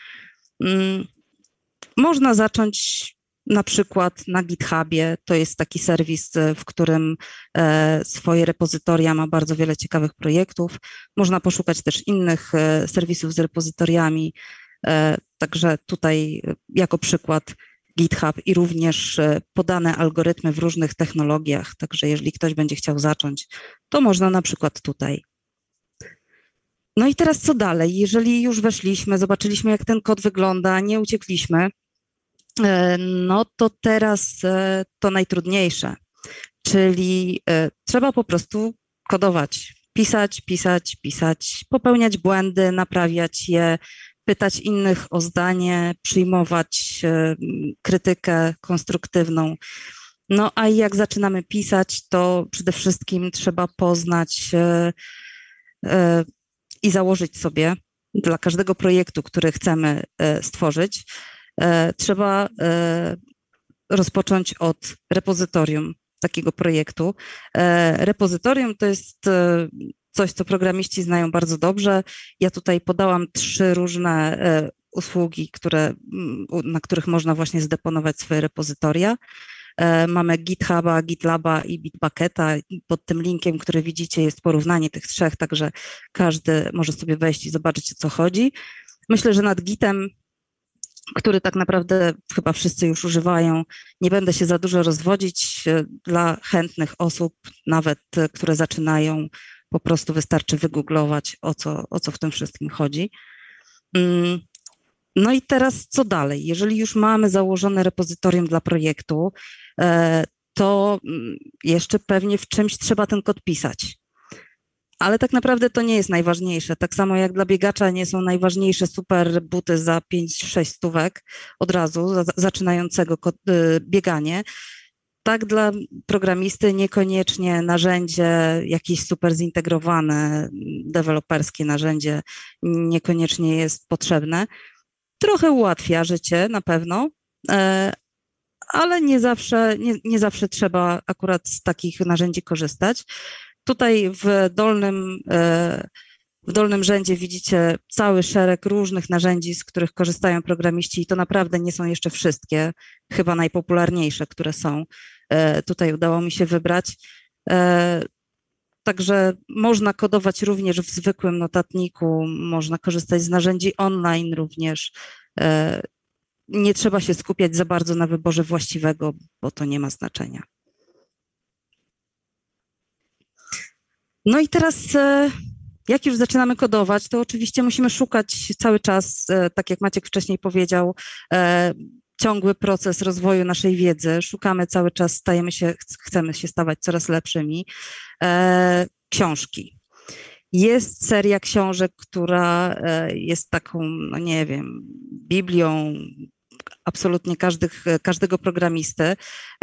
Można zacząć na przykład na GitHubie. To jest taki serwis, w którym swoje repozytoria ma bardzo wiele ciekawych projektów. Można poszukać też innych serwisów z repozytoriami. Także tutaj jako przykład GitHub i również podane algorytmy w różnych technologiach. Także jeżeli ktoś będzie chciał zacząć, to można na przykład tutaj. No i teraz co dalej? Jeżeli już weszliśmy, zobaczyliśmy, jak ten kod wygląda, nie uciekliśmy, no to teraz to najtrudniejsze, czyli trzeba po prostu kodować, pisać, popełniać błędy, naprawiać je, pytać innych o zdanie, przyjmować krytykę konstruktywną. No a jak zaczynamy pisać, to przede wszystkim trzeba poznać i założyć sobie dla każdego projektu, który chcemy stworzyć, trzeba rozpocząć od repozytorium takiego projektu. Repozytorium to jest coś, co programiści znają bardzo dobrze. Ja tutaj podałam 3 różne usługi, na których można właśnie zdeponować swoje repozytoria. Mamy GitHuba, GitLaba i Bitbucketa. Pod tym linkiem, który widzicie, jest porównanie tych 3, także każdy może sobie wejść i zobaczyć, o co chodzi. Myślę, że nad Gitem który tak naprawdę chyba wszyscy już używają. Nie będę się za dużo rozwodzić. Dla chętnych osób, nawet które zaczynają, po prostu wystarczy wygooglować, o co w tym wszystkim chodzi. No i teraz co dalej? Jeżeli już mamy założone repozytorium dla projektu, to jeszcze pewnie w czymś trzeba ten kod pisać. Ale tak naprawdę to nie jest najważniejsze. Tak samo jak dla biegacza nie są najważniejsze super buty za 5-6 stówek od razu, zaczynającego bieganie. Tak dla programisty niekoniecznie narzędzie jakieś super zintegrowane, deweloperskie narzędzie niekoniecznie jest potrzebne. Trochę ułatwia życie na pewno, ale nie zawsze trzeba akurat z takich narzędzi korzystać. Tutaj w dolnym rzędzie widzicie cały szereg różnych narzędzi, z których korzystają programiści i to naprawdę nie są jeszcze wszystkie, chyba najpopularniejsze, które są. Tutaj udało mi się wybrać. Także można kodować również w zwykłym notatniku, można korzystać z narzędzi online również. Nie trzeba się skupiać za bardzo na wyborze właściwego, bo to nie ma znaczenia. No i teraz, jak już zaczynamy kodować, to oczywiście musimy szukać cały czas, tak jak Maciek wcześniej powiedział, ciągły proces rozwoju naszej wiedzy. Szukamy cały czas, chcemy się stawać coraz lepszymi. Książki. Jest seria książek, która jest taką, no nie wiem, Biblią absolutnie każdego programisty.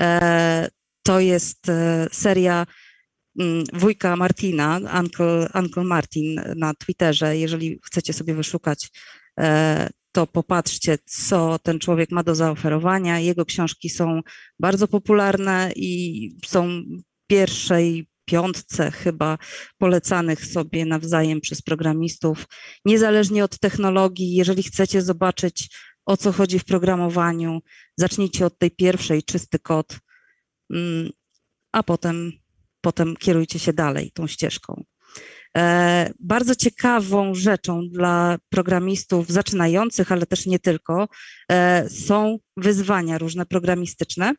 To jest seria wujka Martina, Uncle Martin na Twitterze. Jeżeli chcecie sobie wyszukać, to popatrzcie, co ten człowiek ma do zaoferowania. Jego książki są bardzo popularne i są w pierwszej 5 chyba polecanych sobie nawzajem przez programistów. Niezależnie od technologii, jeżeli chcecie zobaczyć, o co chodzi w programowaniu, zacznijcie od tej pierwszej, czysty kod, a potem kierujcie się dalej tą ścieżką. Bardzo ciekawą rzeczą dla programistów zaczynających, ale też nie tylko, są wyzwania różne programistyczne,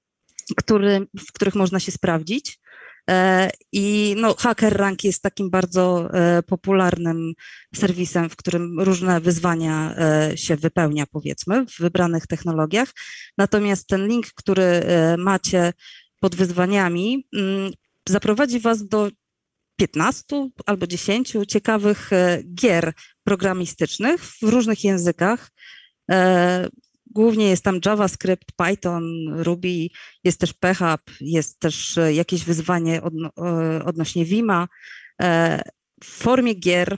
w których można się sprawdzić. I no, HackerRank jest takim bardzo popularnym serwisem, w którym różne wyzwania się wypełnia, powiedzmy, w wybranych technologiach. Natomiast ten link, który macie pod wyzwaniami, zaprowadzi Was do 15 albo 10 ciekawych gier programistycznych w różnych językach. Głównie jest tam JavaScript, Python, Ruby, jest też PHP, jest też jakieś wyzwanie odnośnie Vima. W formie gier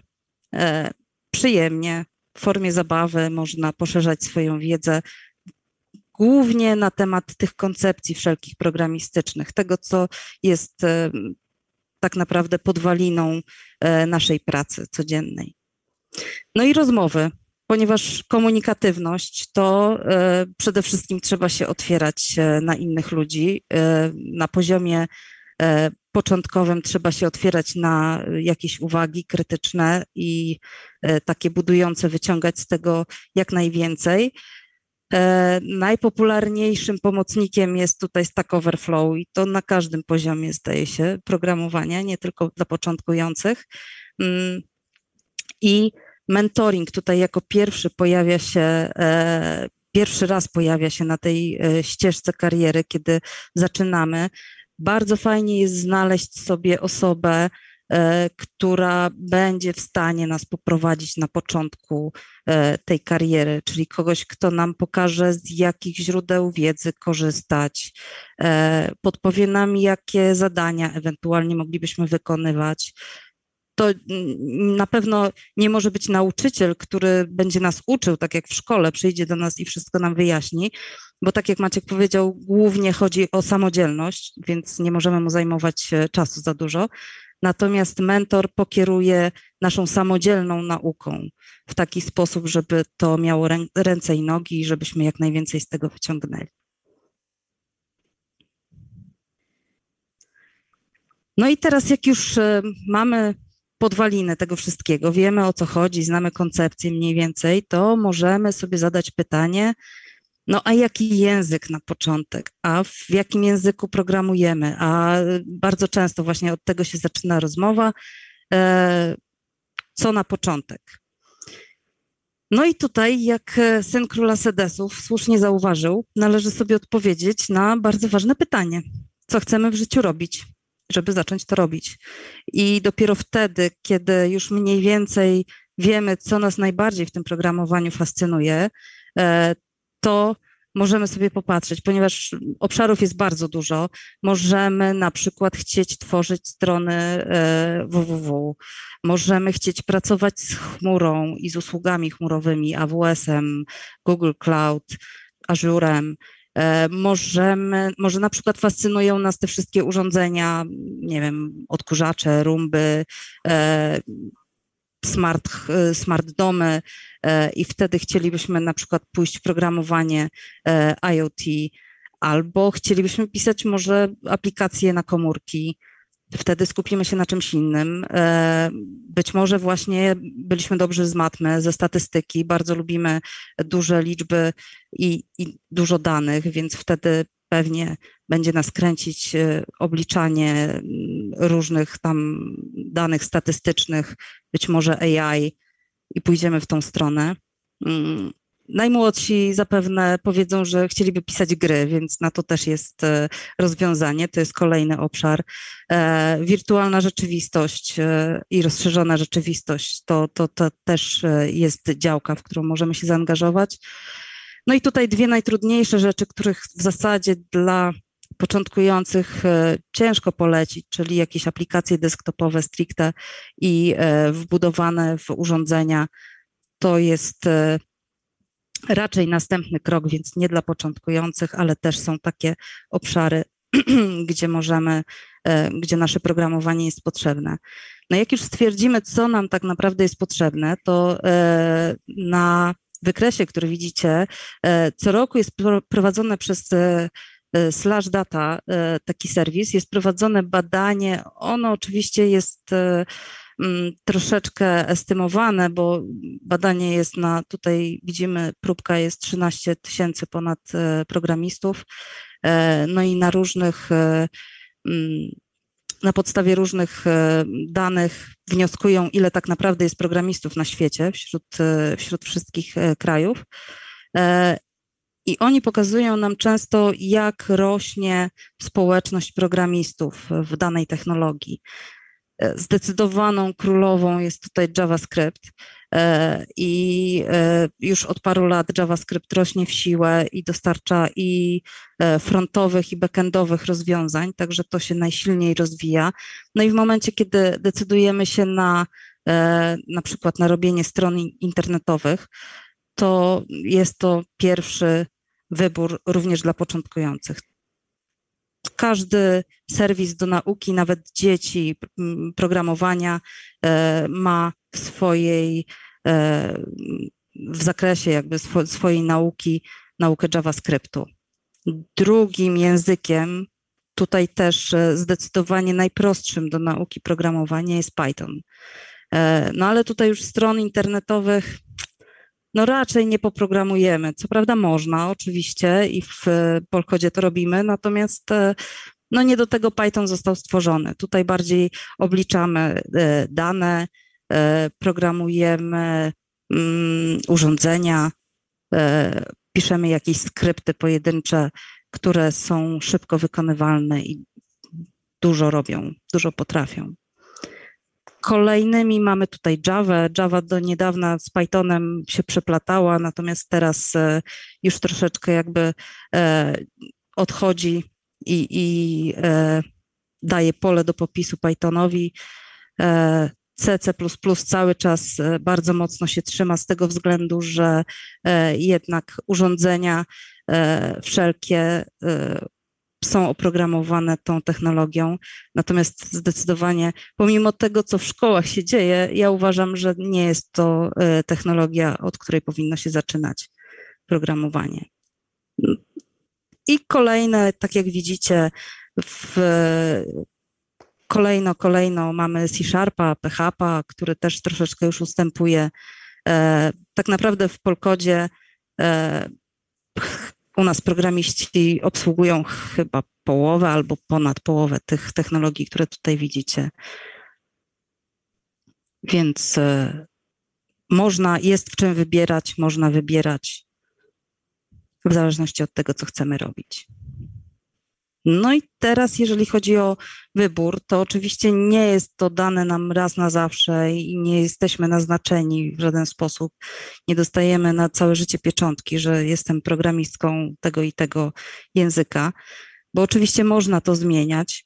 przyjemnie, w formie zabawy można poszerzać swoją wiedzę, głównie na temat tych koncepcji wszelkich programistycznych, tego, co jest tak naprawdę podwaliną naszej pracy codziennej. No i rozmowy, ponieważ komunikatywność to przede wszystkim trzeba się otwierać na innych ludzi. Na poziomie początkowym trzeba się otwierać na jakieś uwagi krytyczne i takie budujące, wyciągać z tego jak najwięcej. Najpopularniejszym pomocnikiem jest tutaj Stack Overflow i to na każdym poziomie, zdaje się, programowania, nie tylko dla początkujących. I mentoring tutaj jako pierwszy raz pojawia się na tej ścieżce kariery, kiedy zaczynamy. Bardzo fajnie jest znaleźć sobie osobę, która będzie w stanie nas poprowadzić na początku tej kariery, czyli kogoś, kto nam pokaże, z jakich źródeł wiedzy korzystać, podpowie nam, jakie zadania ewentualnie moglibyśmy wykonywać. To na pewno nie może być nauczyciel, który będzie nas uczył, tak jak w szkole, przyjdzie do nas i wszystko nam wyjaśni, bo tak jak Maciek powiedział, głównie chodzi o samodzielność, więc nie możemy mu zajmować czasu za dużo. Natomiast mentor pokieruje naszą samodzielną nauką w taki sposób, żeby to miało ręce i nogi i żebyśmy jak najwięcej z tego wyciągnęli. No i teraz jak już mamy podwaliny tego wszystkiego, wiemy o co chodzi, znamy koncepcję mniej więcej, to możemy sobie zadać pytanie, no a jaki język na początek, a w jakim języku programujemy, a bardzo często właśnie od tego się zaczyna rozmowa, co na początek. No i tutaj, jak syn króla Sedesów słusznie zauważył, należy sobie odpowiedzieć na bardzo ważne pytanie. Co chcemy w życiu robić, żeby zacząć to robić? I dopiero wtedy, kiedy już mniej więcej wiemy, co nas najbardziej w tym programowaniu fascynuje, to możemy sobie popatrzeć, ponieważ obszarów jest bardzo dużo. Możemy na przykład chcieć tworzyć strony www, możemy chcieć pracować z chmurą i z usługami chmurowymi, AWS-em, Google Cloud, Azurem. Może na przykład fascynują nas te wszystkie urządzenia, nie wiem, odkurzacze, Rumby, smart domy i wtedy chcielibyśmy na przykład pójść w programowanie IoT albo chcielibyśmy pisać może aplikacje na komórki, wtedy skupimy się na czymś innym. Być może właśnie byliśmy dobrzy z matmy, ze statystyki, bardzo lubimy duże liczby i dużo danych, więc wtedy pewnie będzie nas kręcić obliczanie różnych tam danych statystycznych, być może AI i pójdziemy w tą stronę. Najmłodsi zapewne powiedzą, że chcieliby pisać gry, więc na to też jest rozwiązanie. To jest kolejny obszar. Wirtualna rzeczywistość i rozszerzona rzeczywistość to też jest działka, w którą możemy się zaangażować. No i tutaj dwie najtrudniejsze rzeczy, których w zasadzie dla początkujących ciężko polecić, czyli jakieś aplikacje desktopowe stricte i wbudowane w urządzenia. To jest raczej następny krok, więc nie dla początkujących, ale też są takie obszary, gdzie nasze programowanie jest potrzebne. No jak już stwierdzimy, co nam tak naprawdę jest potrzebne, to na wykresie, który widzicie, co roku jest prowadzone przez Slashdata, taki serwis, jest prowadzone badanie. Ono oczywiście jest troszeczkę estymowane, bo badanie jest tutaj widzimy, próbka jest 13 000 ponad programistów, no i na podstawie różnych danych wnioskują, ile tak naprawdę jest programistów na świecie wśród wszystkich krajów. I oni pokazują nam często, jak rośnie społeczność programistów w danej technologii. Zdecydowaną królową jest tutaj JavaScript i już od paru lat JavaScript rośnie w siłę i dostarcza i frontowych, i backendowych rozwiązań, także to się najsilniej rozwija. No i w momencie, kiedy decydujemy się na przykład na robienie stron internetowych, to jest to pierwszy wybór również dla początkujących. Każdy serwis do nauki, nawet dzieci, programowania ma w zakresie jakby swojej nauki, naukę JavaScriptu. Drugim językiem, tutaj też zdecydowanie najprostszym do nauki programowania jest Python. No ale tutaj już stron internetowych no raczej nie poprogramujemy. Co prawda można oczywiście i w Polkodzie to robimy, natomiast no nie do tego Python został stworzony. Tutaj bardziej obliczamy dane, programujemy urządzenia, piszemy jakieś skrypty pojedyncze, które są szybko wykonywalne i dużo robią, dużo potrafią. Kolejnymi mamy tutaj Java. Java do niedawna z Pythonem się przeplatała, natomiast teraz już troszeczkę jakby odchodzi i daje pole do popisu Pythonowi. C, C++ cały czas bardzo mocno się trzyma z tego względu, że jednak urządzenia wszelkie są oprogramowane tą technologią, natomiast zdecydowanie pomimo tego, co w szkołach się dzieje, ja uważam, że nie jest to technologia, od której powinno się zaczynać programowanie. I kolejne, tak jak widzicie, Kolejno mamy C#, PHP, który też troszeczkę już ustępuje. Tak naprawdę w Polkodzie u nas programiści obsługują chyba połowę albo ponad połowę tych technologii, które tutaj widzicie. Więc jest w czym wybierać, można wybierać w zależności od tego, co chcemy robić. No i teraz, jeżeli chodzi o wybór, to oczywiście nie jest to dane nam raz na zawsze i nie jesteśmy naznaczeni w żaden sposób. Nie dostajemy na całe życie pieczątki, że jestem programistką tego i tego języka, bo oczywiście można to zmieniać.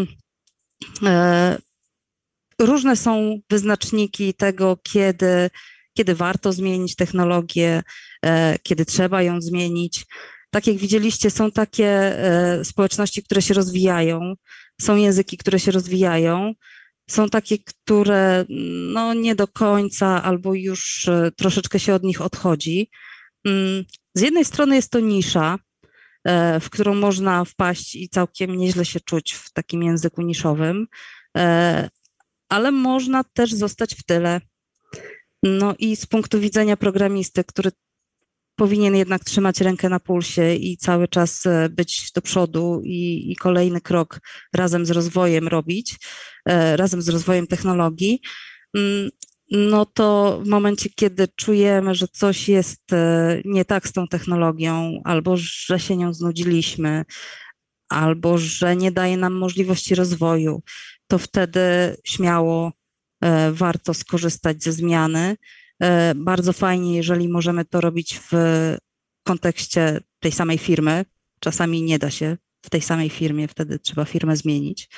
Różne są wyznaczniki tego, kiedy warto zmienić technologię, kiedy trzeba ją zmienić. Tak jak widzieliście, są takie społeczności, które się rozwijają, są języki, które się rozwijają, są takie, które no nie do końca albo już troszeczkę się od nich odchodzi. Z jednej strony jest to nisza, w którą można wpaść i całkiem nieźle się czuć w takim języku niszowym, ale można też zostać w tyle. No i z punktu widzenia programisty, który powinien jednak trzymać rękę na pulsie i cały czas być do przodu i kolejny krok razem z rozwojem robić, razem z rozwojem technologii, no to w momencie, kiedy czujemy, że coś jest nie tak z tą technologią, albo że się nią znudziliśmy, albo że nie daje nam możliwości rozwoju, to wtedy śmiało warto skorzystać ze zmiany. Bardzo fajnie, jeżeli możemy to robić w kontekście tej samej firmy. Czasami nie da się w tej samej firmie, wtedy trzeba firmę zmienić.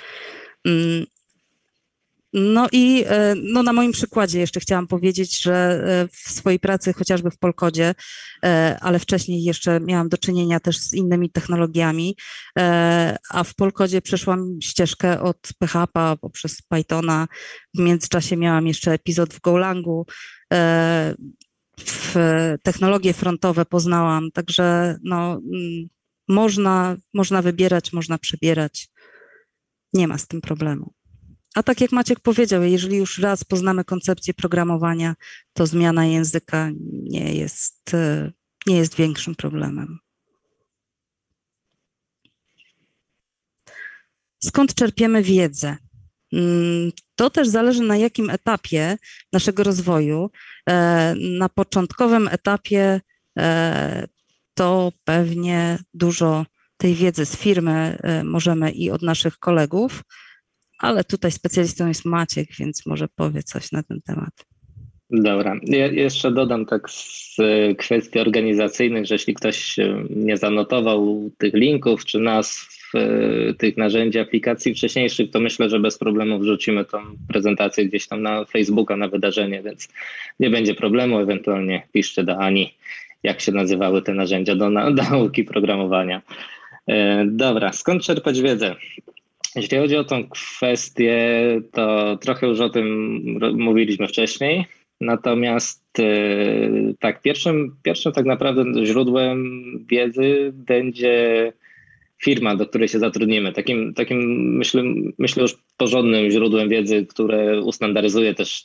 No i na moim przykładzie jeszcze chciałam powiedzieć, że w swojej pracy, chociażby w Polkodzie, ale wcześniej jeszcze miałam do czynienia też z innymi technologiami, a w Polkodzie przeszłam ścieżkę od PHP poprzez Pythona. W międzyczasie miałam jeszcze epizod w Golangu. W technologie frontowe poznałam, także no, można wybierać, można przebierać. Nie ma z tym problemu. A tak jak Maciek powiedział, jeżeli już raz poznamy koncepcję programowania, to zmiana języka nie jest większym problemem. Skąd czerpiemy wiedzę? To też zależy, na jakim etapie naszego rozwoju. Na początkowym etapie to pewnie dużo tej wiedzy z firmy możemy i od naszych kolegów, ale tutaj specjalistą jest Maciek, więc może powie coś na ten temat. Dobra, ja jeszcze dodam tak z kwestii organizacyjnych, że jeśli ktoś nie zanotował tych linków czy nazw tych narzędzi, aplikacji wcześniejszych, to myślę, że bez problemu wrzucimy tą prezentację gdzieś tam na Facebooka, na wydarzenie, więc nie będzie problemu. Ewentualnie piszcie do Ani, jak się nazywały te narzędzia do nauki programowania. Dobra, skąd czerpać wiedzę? Jeśli chodzi o tą kwestię, to trochę już o tym mówiliśmy wcześniej. Natomiast tak, pierwszym tak naprawdę źródłem wiedzy będzie firma, do której się zatrudnimy. Takim myślę już porządnym źródłem wiedzy, które ustandaryzuje też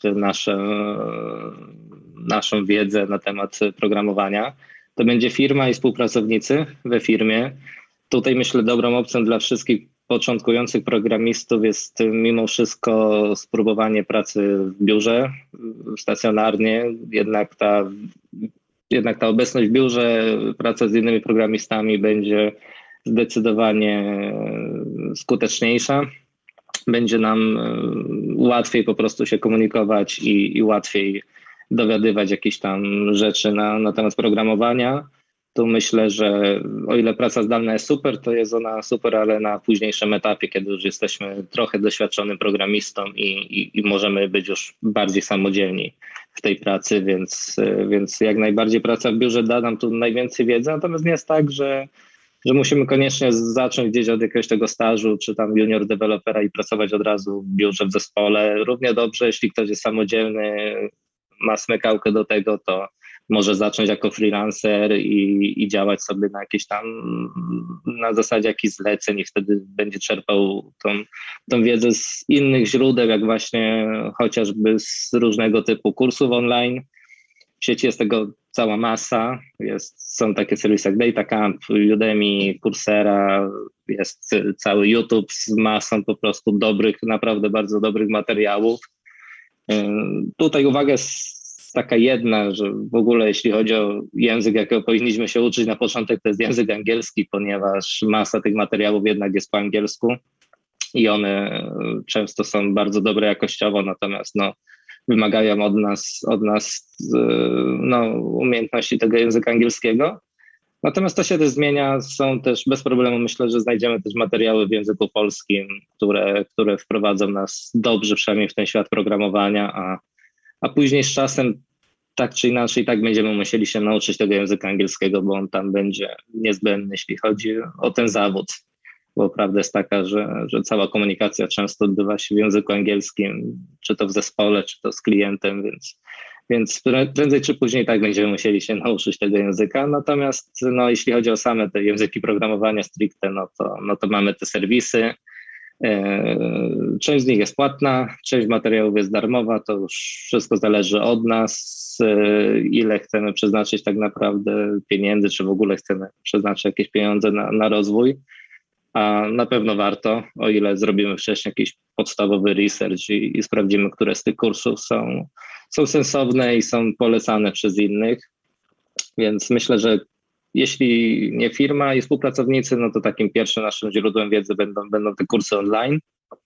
naszą wiedzę na temat programowania. To będzie firma i współpracownicy we firmie. Tutaj myślę dobrą opcją dla wszystkich początkujących programistów jest mimo wszystko spróbowanie pracy w biurze, stacjonarnie. Jednak ta obecność w biurze, praca z innymi programistami będzie zdecydowanie skuteczniejsza. Będzie nam łatwiej po prostu się komunikować i łatwiej dowiadywać jakichś tam rzeczy na temat programowania. Tu myślę, że o ile praca zdalna jest super, to jest ona super, ale na późniejszym etapie, kiedy już jesteśmy trochę doświadczonym programistą i możemy być już bardziej samodzielni w tej pracy, więc jak najbardziej praca w biurze da nam tu najwięcej wiedzy, natomiast nie jest tak, że musimy koniecznie zacząć gdzieś od jakiegoś tego stażu, czy tam junior dewelopera i pracować od razu w biurze, w zespole. Równie dobrze, jeśli ktoś jest samodzielny, ma smykałkę do tego, to może zacząć jako freelancer i działać sobie na jakieś tam, na zasadzie jakichś zleceń i wtedy będzie czerpał tą wiedzę z innych źródeł, jak właśnie chociażby z różnego typu kursów online. W sieci jest tego cała masa, są takie serwisy jak DataCamp, Udemy, Coursera, jest cały YouTube z masą po prostu dobrych, naprawdę bardzo dobrych materiałów. Tutaj uwaga jest taka jedna, że w ogóle jeśli chodzi o język, jakiego powinniśmy się uczyć na początek, to jest język angielski, ponieważ masa tych materiałów jednak jest po angielsku i one często są bardzo dobre jakościowo, natomiast wymagają od nas umiejętności tego języka angielskiego. Natomiast to się też zmienia, są też bez problemu, myślę, że znajdziemy też materiały w języku polskim, które wprowadzą nas dobrze przynajmniej w ten świat programowania, a później z czasem tak czy inaczej tak będziemy musieli się nauczyć tego języka angielskiego, bo on tam będzie niezbędny, jeśli chodzi o ten zawód. Bo prawda jest taka, że cała komunikacja często odbywa się w języku angielskim, czy to w zespole, czy to z klientem, więc prędzej czy później tak będziemy musieli się nauczyć tego języka. Natomiast jeśli chodzi o same te języki programowania stricte, to mamy te serwisy. Część z nich jest płatna, część materiałów jest darmowa, to już wszystko zależy od nas, ile chcemy przeznaczyć tak naprawdę pieniędzy, czy w ogóle chcemy przeznaczyć jakieś pieniądze na rozwój. A na pewno warto, o ile zrobimy wcześniej jakiś podstawowy research i sprawdzimy, które z tych kursów są sensowne i są polecane przez innych. Więc myślę, że jeśli nie firma i współpracownicy, to takim pierwszym naszym źródłem wiedzy będą te kursy online.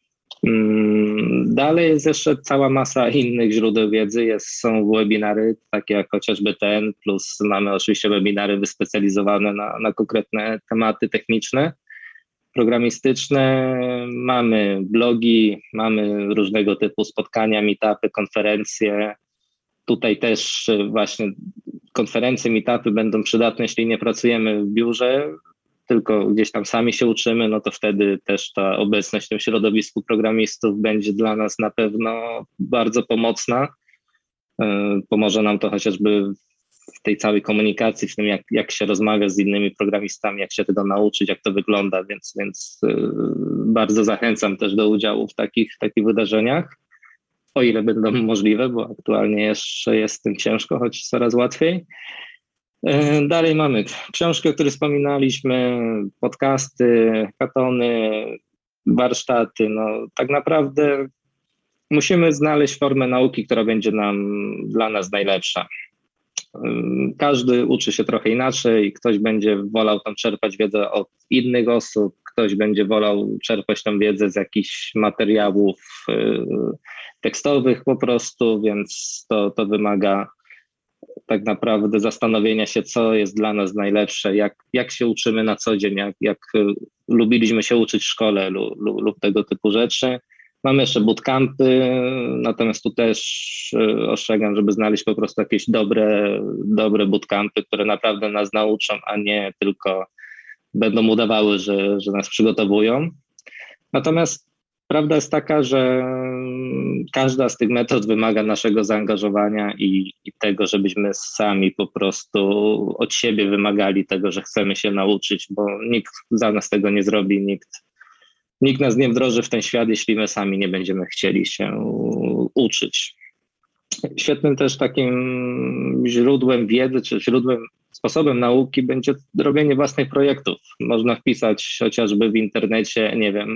Dalej jest jeszcze cała masa innych źródeł wiedzy. Są webinary, takie jak chociażby ten, plus mamy oczywiście webinary wyspecjalizowane na konkretne tematy techniczne, programistyczne, mamy blogi, mamy różnego typu spotkania, meetupy, konferencje. Tutaj też właśnie konferencje, meetupy będą przydatne, jeśli nie pracujemy w biurze, tylko gdzieś tam sami się uczymy, to wtedy też ta obecność w tym środowisku programistów będzie dla nas na pewno bardzo pomocna. Pomoże nam to chociażby w tej całej komunikacji, w tym jak się rozmawia z innymi programistami, jak się tego nauczyć, jak to wygląda, więc bardzo zachęcam też do udziału w takich wydarzeniach, o ile będą możliwe, bo aktualnie jeszcze jest z tym ciężko, choć coraz łatwiej. Dalej mamy książki, o których wspominaliśmy, podcasty, hackatony, warsztaty. Tak naprawdę musimy znaleźć formę nauki, która będzie dla nas najlepsza. Każdy uczy się trochę inaczej, ktoś będzie wolał tam czerpać wiedzę od innych osób, ktoś będzie wolał czerpać tą wiedzę z jakichś materiałów tekstowych po prostu, więc to wymaga tak naprawdę zastanowienia się, co jest dla nas najlepsze, jak się uczymy na co dzień, jak lubiliśmy się uczyć w szkole lub tego typu rzeczy. Mamy jeszcze bootcampy, natomiast tu też ostrzegam, żeby znaleźć po prostu jakieś dobre bootcampy, które naprawdę nas nauczą, a nie tylko będą udawały, że nas przygotowują. Natomiast prawda jest taka, że każda z tych metod wymaga naszego zaangażowania i tego, żebyśmy sami po prostu od siebie wymagali tego, że chcemy się nauczyć, bo nikt za nas tego nie zrobi, nikt nas nie wdroży w ten świat, jeśli my sami nie będziemy chcieli się uczyć. Świetnym też takim źródłem wiedzy, czy sposobem nauki będzie robienie własnych projektów. Można wpisać chociażby w internecie,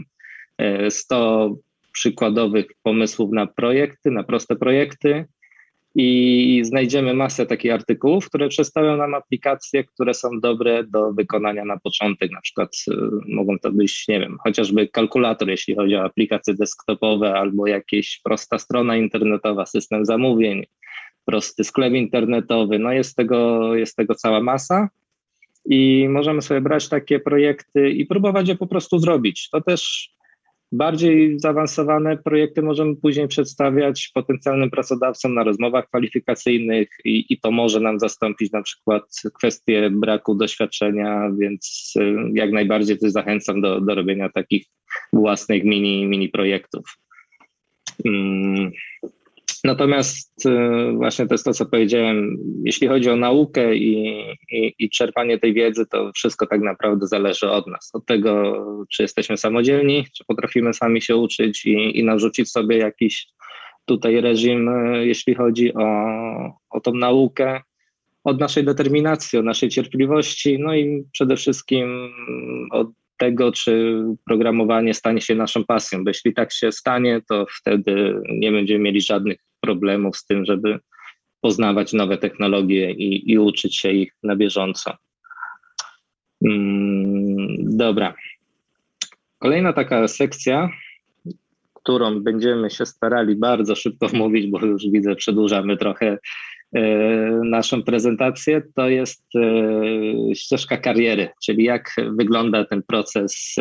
100 przykładowych pomysłów na projekty, na proste projekty i znajdziemy masę takich artykułów, które przedstawią nam aplikacje, które są dobre do wykonania na początek. Na przykład mogą to być, chociażby kalkulator, jeśli chodzi o aplikacje desktopowe, albo jakaś prosta strona internetowa, system zamówień, prosty sklep internetowy. Jest tego cała masa i możemy sobie brać takie projekty i próbować je po prostu zrobić. To też bardziej zaawansowane projekty możemy później przedstawiać potencjalnym pracodawcom na rozmowach kwalifikacyjnych i to może nam zastąpić na przykład kwestię braku doświadczenia, więc jak najbardziej też zachęcam do robienia takich własnych mini projektów. Natomiast właśnie to jest to, co powiedziałem, jeśli chodzi o naukę i czerpanie tej wiedzy, to wszystko tak naprawdę zależy od nas. Od tego, czy jesteśmy samodzielni, czy potrafimy sami się uczyć i narzucić sobie jakiś tutaj reżim, jeśli chodzi o tą naukę, od naszej determinacji, od naszej cierpliwości, no i przede wszystkim od tego, czy programowanie stanie się naszą pasją, bo jeśli tak się stanie, to wtedy nie będziemy mieli żadnych problemów z tym, żeby poznawać nowe technologie i uczyć się ich na bieżąco. Dobra. Kolejna taka sekcja, którą będziemy się starali bardzo szybko wmówić, bo już widzę, przedłużamy trochę naszą prezentację, to jest ścieżka kariery, czyli jak wygląda ten proces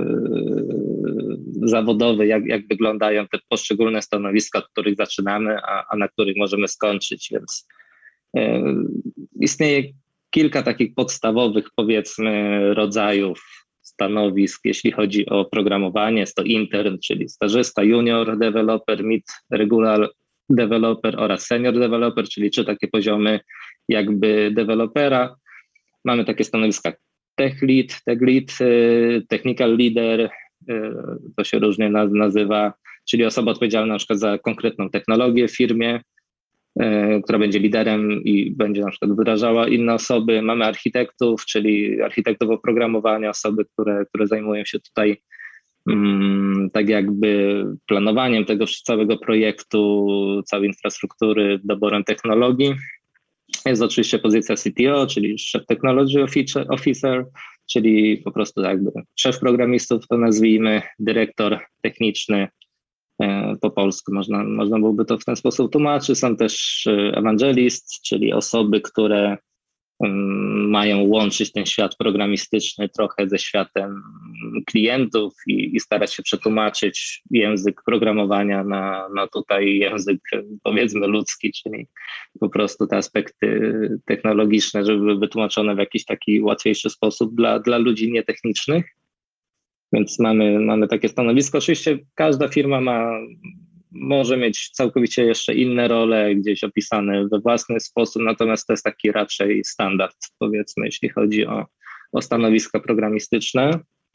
zawodowy, jak wyglądają te poszczególne stanowiska, od których zaczynamy, a na których możemy skończyć, więc istnieje kilka takich podstawowych, powiedzmy, rodzajów stanowisk, jeśli chodzi o programowanie. Jest to intern, czyli stażysta, junior developer, mid regular developer oraz senior developer, czyli 3 takie poziomy jakby dewelopera. Mamy takie stanowiska tech lead, technical leader, to się różnie nazywa, czyli osoba odpowiedzialna na przykład za konkretną technologię w firmie, która będzie liderem i będzie na przykład wdrażała inne osoby. Mamy architektów, czyli architektów oprogramowania, osoby, które zajmują się tutaj tak jakby planowaniem tego całego projektu, całej infrastruktury, doborem technologii. Jest oczywiście pozycja CTO, czyli Chief Technology Officer, czyli po prostu jakby szef programistów, to nazwijmy, dyrektor techniczny, po polsku można byłoby to w ten sposób tłumaczyć. Są też evangelist, czyli osoby, które mają łączyć ten świat programistyczny trochę ze światem klientów i starać się przetłumaczyć język programowania na tutaj język, powiedzmy, ludzki, czyli po prostu te aspekty technologiczne, żeby były wytłumaczone w jakiś taki łatwiejszy sposób dla ludzi nietechnicznych. Więc mamy takie stanowisko. Oczywiście każda firma może mieć całkowicie jeszcze inne role, gdzieś opisane we własny sposób, natomiast to jest taki raczej standard, powiedzmy, jeśli chodzi o stanowiska programistyczne.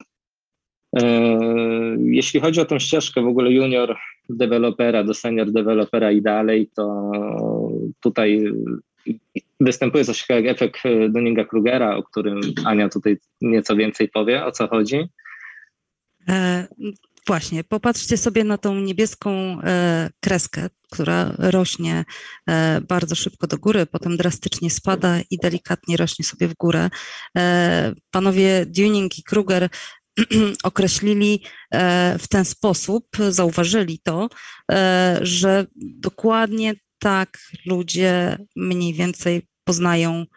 Jeśli chodzi o tę ścieżkę w ogóle junior dewelopera do senior dewelopera i dalej, to tutaj występuje coś takiego jak efekt Dunninga-Krugera, o którym Ania tutaj nieco więcej powie, o co chodzi. Właśnie, popatrzcie sobie na tą niebieską kreskę, która rośnie bardzo szybko do góry, potem drastycznie spada i delikatnie rośnie sobie w górę. Panowie Dunning i Kruger określili w ten sposób, zauważyli to, że dokładnie tak ludzie mniej więcej poznają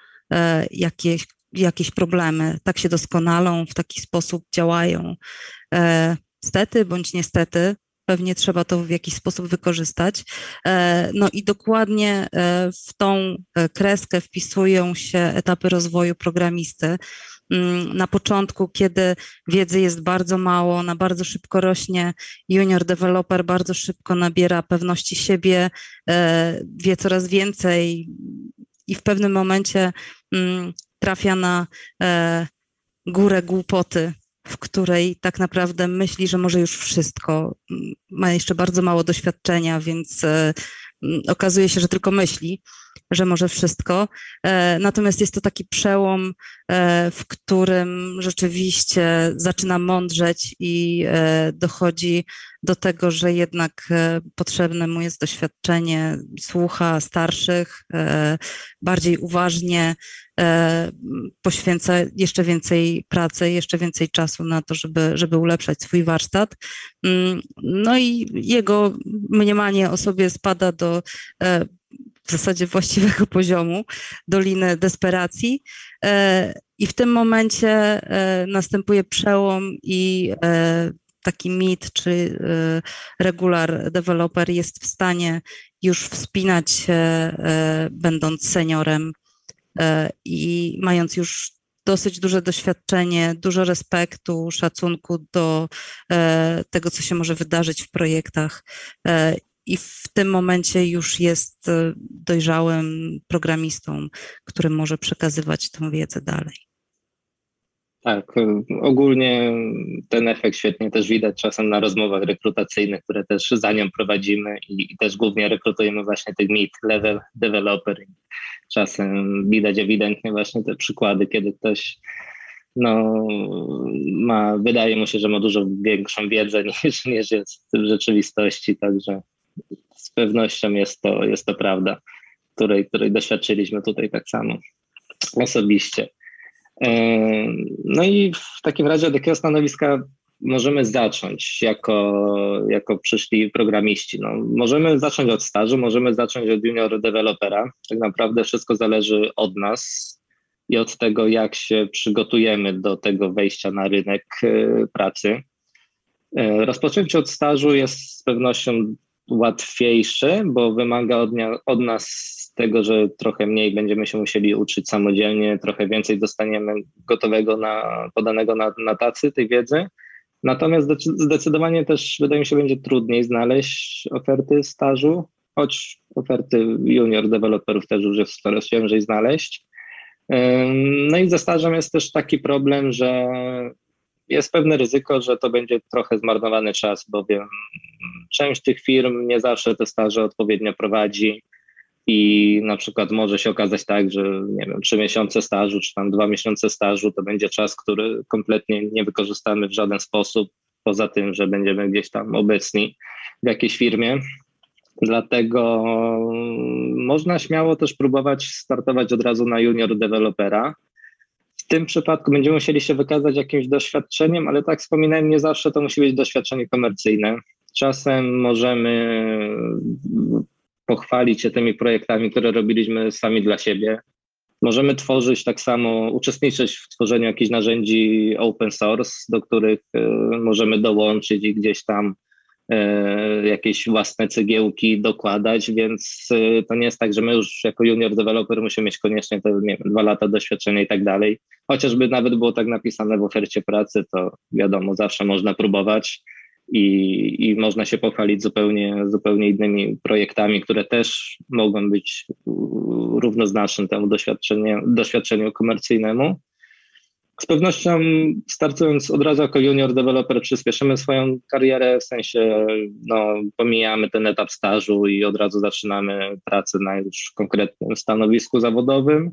jakieś problemy, tak się doskonalą, w taki sposób działają. Stety bądź niestety, pewnie trzeba to w jakiś sposób wykorzystać. No i dokładnie w tą kreskę wpisują się etapy rozwoju programisty. Na początku, kiedy wiedzy jest bardzo mało, ona bardzo szybko rośnie, junior developer bardzo szybko nabiera pewności siebie, wie coraz więcej i w pewnym momencie trafia na górę głupoty, w której tak naprawdę myśli, że może już wszystko. Ma jeszcze bardzo mało doświadczenia, więc okazuje się, że tylko myśli, że może wszystko. Natomiast jest to taki przełom, w którym rzeczywiście zaczyna mądrzeć i dochodzi do tego, że jednak potrzebne mu jest doświadczenie, słucha starszych, bardziej uważnie, poświęca jeszcze więcej pracy, jeszcze więcej czasu na to, żeby ulepszać swój warsztat. No i jego mniemanie o sobie spada do w zasadzie właściwego poziomu, doliny desperacji. I w tym momencie następuje przełom i taki mid czy regular developer jest w stanie już wspinać się, będąc seniorem i mając już dosyć duże doświadczenie, dużo respektu, szacunku do tego, co się może wydarzyć w projektach i w tym momencie już jest dojrzałym programistą, który może przekazywać tę wiedzę dalej. Tak, ogólnie ten efekt świetnie też widać czasem na rozmowach rekrutacyjnych, które też za nią prowadzimy i też głównie rekrutujemy właśnie tych mid-level developer. Czasem widać ewidentnie właśnie te przykłady, kiedy ktoś wydaje mu się, że ma dużo większą wiedzę niż jest w rzeczywistości, także z pewnością jest to prawda, której doświadczyliśmy tutaj tak samo osobiście. No i w takim razie od jakiego stanowiska możemy zacząć jako przyszli programiści? No, możemy zacząć od stażu, możemy zacząć od junior dewelopera. Tak naprawdę wszystko zależy od nas i od tego, jak się przygotujemy do tego wejścia na rynek pracy. Rozpoczęcie od stażu jest z pewnością łatwiejsze, bo wymaga od nas tego, że trochę mniej będziemy się musieli uczyć samodzielnie, trochę więcej dostaniemy gotowego, podanego na tacy tej wiedzy. Natomiast zdecydowanie też wydaje mi się będzie trudniej znaleźć oferty stażu, choć oferty junior deweloperów też już jest coraz ciężej znaleźć. No i ze stażem jest też taki problem, że jest pewne ryzyko, że to będzie trochę zmarnowany czas, bowiem część tych firm nie zawsze te staże odpowiednio prowadzi i na przykład może się okazać tak, że nie wiem, 3 miesiące stażu czy tam 2 miesiące stażu to będzie czas, który kompletnie nie wykorzystamy w żaden sposób, poza tym, że będziemy gdzieś tam obecni w jakiejś firmie. Dlatego można śmiało też próbować startować od razu na junior dewelopera. W tym przypadku będziemy musieli się wykazać jakimś doświadczeniem, ale tak wspominałem, nie zawsze to musi być doświadczenie komercyjne. Czasem możemy pochwalić się tymi projektami, które robiliśmy sami dla siebie. Możemy tworzyć tak samo, uczestniczyć w tworzeniu jakichś narzędzi open source, do których możemy dołączyć i gdzieś tam jakieś własne cegiełki dokładać, więc to nie jest tak, że my już jako junior developer musimy mieć koniecznie te 2 lata doświadczenia i tak dalej. Chociażby nawet było tak napisane w ofercie pracy, to wiadomo, zawsze można próbować i można się pochwalić zupełnie innymi projektami, które też mogą być równoznaczne temu doświadczeniu komercyjnemu. Z pewnością startując od razu jako junior developer przyspieszymy swoją karierę, w sensie pomijamy ten etap stażu i od razu zaczynamy pracę na już konkretnym stanowisku zawodowym.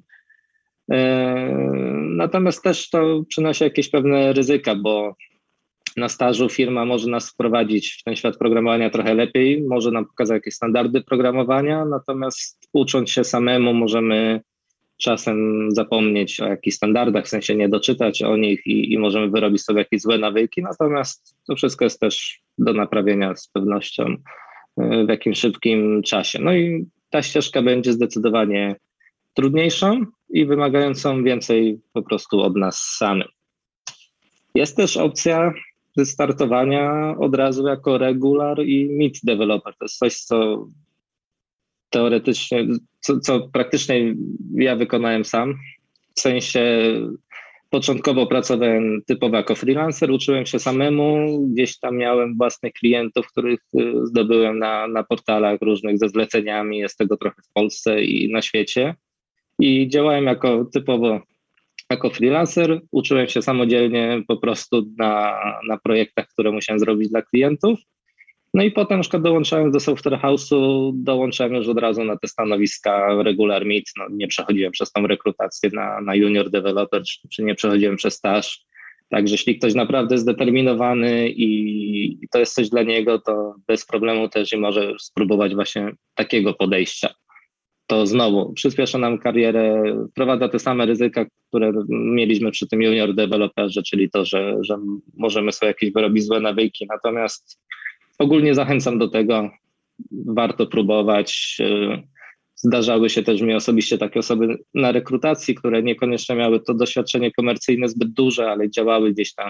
Natomiast też to przynosi jakieś pewne ryzyka, bo na stażu firma może nas wprowadzić w ten świat programowania trochę lepiej, może nam pokazać jakieś standardy programowania, natomiast ucząc się samemu możemy czasem zapomnieć o jakichś standardach, w sensie nie doczytać o nich i możemy wyrobić sobie jakieś złe nawyki, natomiast to wszystko jest też do naprawienia z pewnością w jakimś szybkim czasie. No i ta ścieżka będzie zdecydowanie trudniejszą i wymagającą więcej po prostu od nas samych. Jest też opcja startowania od razu jako regular i mid developer. To jest coś, co teoretycznie, co praktycznie ja wykonałem sam. W sensie początkowo pracowałem typowo jako freelancer, uczyłem się samemu, gdzieś tam miałem własnych klientów, których zdobyłem na portalach różnych ze zleceniami, jest tego trochę w Polsce i na świecie. I działałem typowo jako freelancer, uczyłem się samodzielnie po prostu na projektach, które musiałem zrobić dla klientów. No i potem na przykład dołączając do Software House'u, dołączałem już od razu na te stanowiska regular mid, nie przechodziłem przez tą rekrutację na junior developer, czy nie przechodziłem przez staż. Także jeśli ktoś naprawdę jest zdeterminowany i to jest coś dla niego, to bez problemu też i może spróbować właśnie takiego podejścia. To znowu przyspiesza nam karierę, wprowadza te same ryzyka, które mieliśmy przy tym junior developerze, czyli to, że możemy sobie jakieś wyrobić złe nawyki, natomiast ogólnie zachęcam do tego, warto próbować. Zdarzały się też mi osobiście takie osoby na rekrutacji, które niekoniecznie miały to doświadczenie komercyjne zbyt duże, ale działały gdzieś tam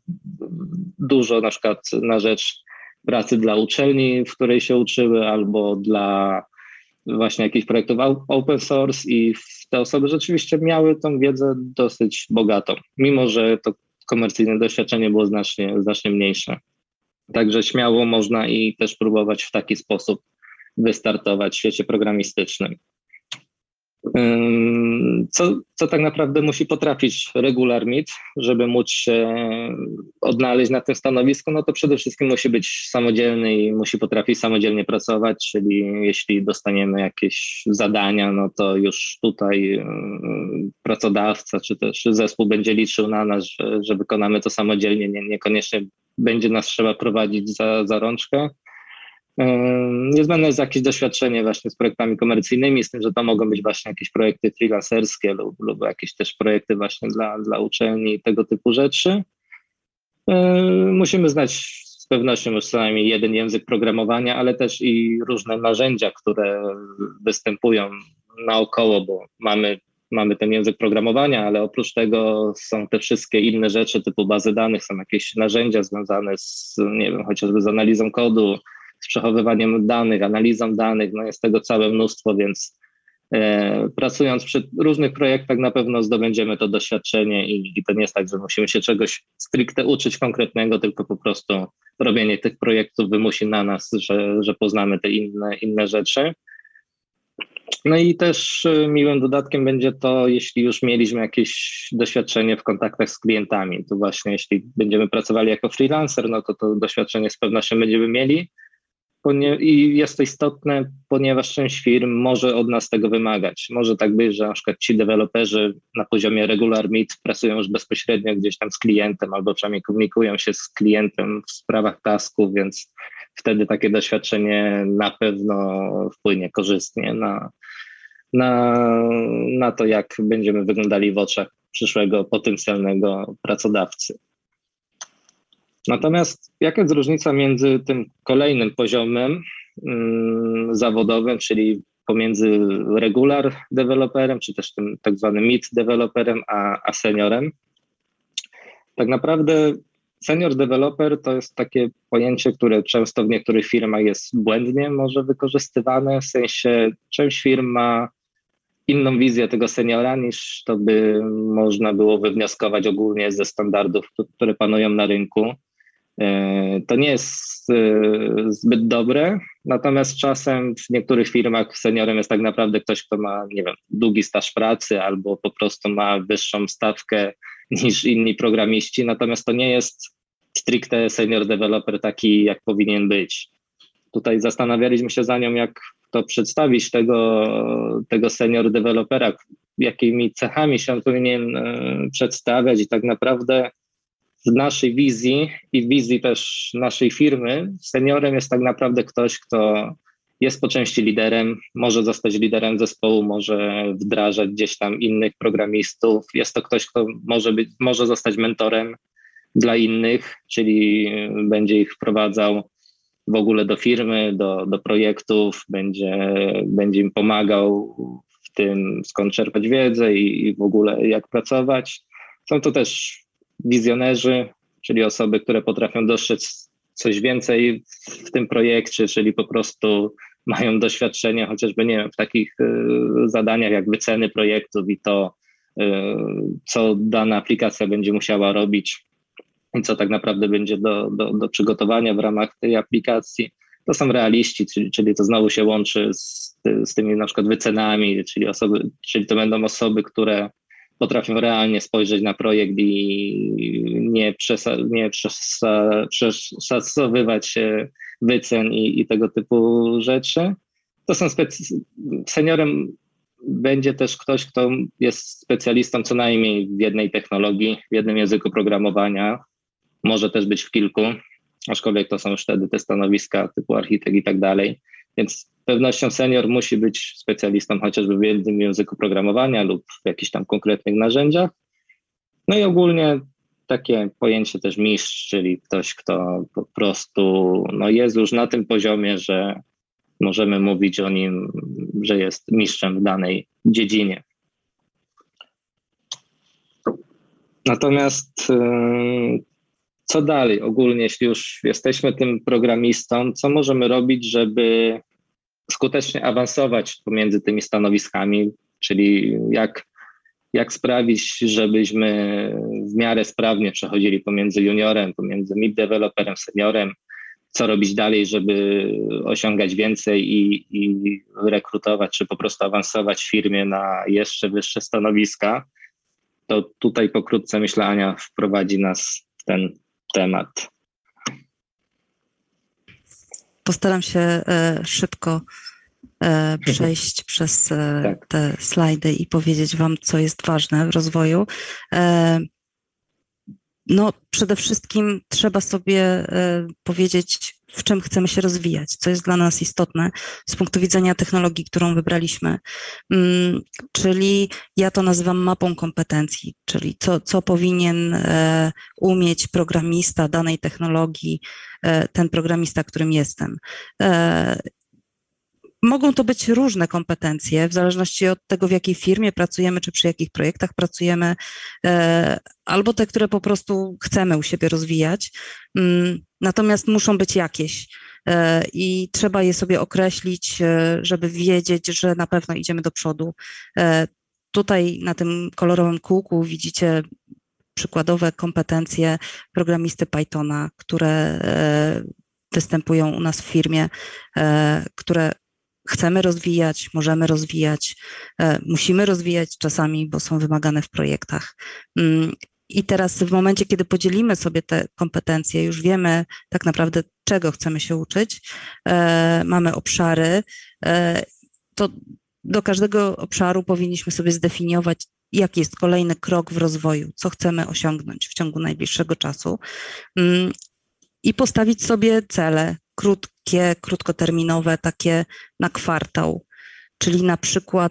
dużo na przykład na rzecz pracy dla uczelni, w której się uczyły, albo dla właśnie jakichś projektów open source i te osoby rzeczywiście miały tą wiedzę dosyć bogatą, mimo że to komercyjne doświadczenie było znacznie mniejsze. Także śmiało można i też próbować w taki sposób wystartować w świecie programistycznym. Co tak naprawdę musi potrafić Regular Meet, żeby móc się odnaleźć na tym stanowisku? No to przede wszystkim musi być samodzielny i musi potrafić samodzielnie pracować, czyli jeśli dostaniemy jakieś zadania, no to już tutaj pracodawca czy też zespół będzie liczył na nas, że wykonamy to samodzielnie, niekoniecznie będzie nas trzeba prowadzić za rączkę. Niezbędne jest jakieś doświadczenie właśnie z projektami komercyjnymi, z tym, że to mogą być właśnie jakieś projekty freelancerskie lub jakieś też projekty właśnie dla uczelni i tego typu rzeczy. Musimy znać z pewnością już co najmniej jeden język programowania, ale też i różne narzędzia, które występują naokoło, bo mamy ten język programowania, ale oprócz tego są te wszystkie inne rzeczy typu bazy danych, są jakieś narzędzia związane z, nie wiem, chociażby z analizą kodu, z przechowywaniem danych, analizą danych, no jest tego całe mnóstwo, więc pracując przy różnych projektach na pewno zdobędziemy to doświadczenie i to nie jest tak, że musimy się czegoś stricte uczyć konkretnego, tylko po prostu robienie tych projektów wymusi na nas, że poznamy te inne rzeczy. No i też miłym dodatkiem będzie to, jeśli już mieliśmy jakieś doświadczenie w kontaktach z klientami, to właśnie jeśli będziemy pracowali jako freelancer, no to doświadczenie z pewnością będziemy mieli. I jest to istotne, ponieważ część firm może od nas tego wymagać. Może tak być, że na przykład ci deweloperzy na poziomie Regular Meet pracują już bezpośrednio gdzieś tam z klientem, albo przynajmniej komunikują się z klientem w sprawach tasków, więc wtedy takie doświadczenie na pewno wpłynie korzystnie na to, jak będziemy wyglądali w oczach przyszłego potencjalnego pracodawcy. Natomiast jaka jest różnica między tym kolejnym poziomem zawodowym, czyli pomiędzy regular deweloperem, czy też tym tak zwanym mid deweloperem, a seniorem? Tak naprawdę senior developer to jest takie pojęcie, które często w niektórych firmach jest błędnie może wykorzystywane, w sensie część firm ma inną wizję tego seniora, niż to by można było wywnioskować ogólnie ze standardów, które panują na rynku. To nie jest zbyt dobre, natomiast czasem w niektórych firmach seniorem jest tak naprawdę ktoś, kto ma, nie wiem, długi staż pracy albo po prostu ma wyższą stawkę niż inni programiści, natomiast to nie jest stricte senior developer taki, jak powinien być. Tutaj zastanawialiśmy się za nią, jak to przedstawić tego senior dewelopera, jakimi cechami się on powinien przedstawiać i tak naprawdę w naszej wizji i w wizji też naszej firmy seniorem jest tak naprawdę ktoś, kto jest po części liderem, może zostać liderem zespołu, może wdrażać gdzieś tam innych programistów. Jest to ktoś, kto może zostać mentorem dla innych, czyli będzie ich wprowadzał w ogóle do firmy, do projektów, będzie im pomagał w tym, skąd czerpać wiedzę i w ogóle jak pracować. Są to też wizjonerzy, czyli osoby, które potrafią dostrzec coś więcej w tym projekcie, czyli po prostu mają doświadczenie chociażby, nie wiem, w takich zadaniach jak wyceny projektów i to, co dana aplikacja będzie musiała robić i co tak naprawdę będzie do przygotowania w ramach tej aplikacji. To są realiści, czyli to znowu się łączy z tymi na przykład wycenami, czyli to będą osoby, które potrafią realnie spojrzeć na projekt i nie przeszacowywać wycen i tego typu rzeczy. To są seniorem będzie też ktoś, kto jest specjalistą co najmniej w jednej technologii, w jednym języku programowania, może też być w kilku, aczkolwiek to są już wtedy te stanowiska typu architekt i tak dalej. Więc z pewnością senior musi być specjalistą chociażby w jednym języku programowania lub w jakichś tam konkretnych narzędziach. No i ogólnie takie pojęcie też mistrz, czyli ktoś, kto po prostu jest już na tym poziomie, że możemy mówić o nim, że jest mistrzem w danej dziedzinie. Natomiast co dalej ogólnie, jeśli już jesteśmy tym programistą, co możemy robić, żeby skutecznie awansować pomiędzy tymi stanowiskami, czyli jak sprawić, żebyśmy w miarę sprawnie przechodzili pomiędzy juniorem, pomiędzy mid developerem, seniorem, co robić dalej, żeby osiągać więcej i rekrutować, czy po prostu awansować w firmie na jeszcze wyższe stanowiska, to tutaj pokrótce, myślę, Ania wprowadzi nas w ten temat. Postaram się szybko przejść przez Tak. te slajdy i powiedzieć Wam, co jest ważne w rozwoju. No, przede wszystkim trzeba sobie powiedzieć, w czym chcemy się rozwijać, co jest dla nas istotne z punktu widzenia technologii, którą wybraliśmy. Czyli ja to nazywam mapą kompetencji, czyli co powinien umieć programista danej technologii, ten programista, którym jestem. Mogą to być różne kompetencje, w zależności od tego, w jakiej firmie pracujemy, czy przy jakich projektach pracujemy, albo te, które po prostu chcemy u siebie rozwijać, natomiast muszą być jakieś i trzeba je sobie określić, żeby wiedzieć, że na pewno idziemy do przodu. Tutaj na tym kolorowym kółku widzicie przykładowe kompetencje programisty Pythona, które występują u nas w firmie, które chcemy rozwijać, możemy rozwijać, musimy rozwijać czasami, bo są wymagane w projektach. I teraz w momencie, kiedy podzielimy sobie te kompetencje, już wiemy tak naprawdę, czego chcemy się uczyć, mamy obszary, to do każdego obszaru powinniśmy sobie zdefiniować, jaki jest kolejny krok w rozwoju, co chcemy osiągnąć w ciągu najbliższego czasu i postawić sobie cele krótkie, krótkoterminowe, takie na kwartał, czyli na przykład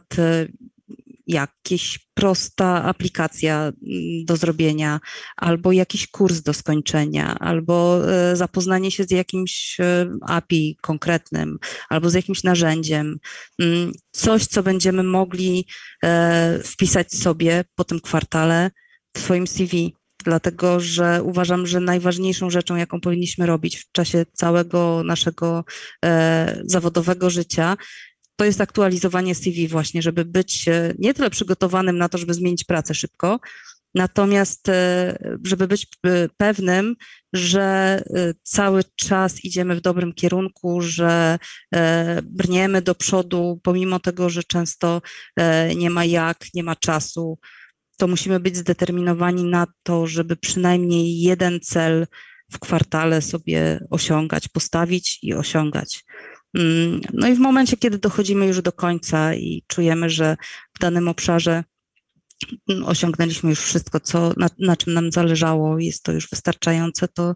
jakaś prosta aplikacja do zrobienia, albo jakiś kurs do skończenia, albo zapoznanie się z jakimś API konkretnym, albo z jakimś narzędziem. Coś, co będziemy mogli wpisać sobie po tym kwartale w swoim CV. Dlatego, że uważam, że najważniejszą rzeczą, jaką powinniśmy robić w czasie całego naszego zawodowego życia, to jest aktualizowanie CV właśnie, żeby być nie tyle przygotowanym na to, żeby zmienić pracę szybko, natomiast żeby być pewnym, że cały czas idziemy w dobrym kierunku, że brniemy do przodu, pomimo tego, że często nie ma nie ma czasu, to musimy być zdeterminowani na to, żeby przynajmniej jeden cel w kwartale sobie osiągać, postawić i osiągać. No i w momencie, kiedy dochodzimy już do końca i czujemy, że w danym obszarze osiągnęliśmy już wszystko, na czym nam zależało, jest to już wystarczające, to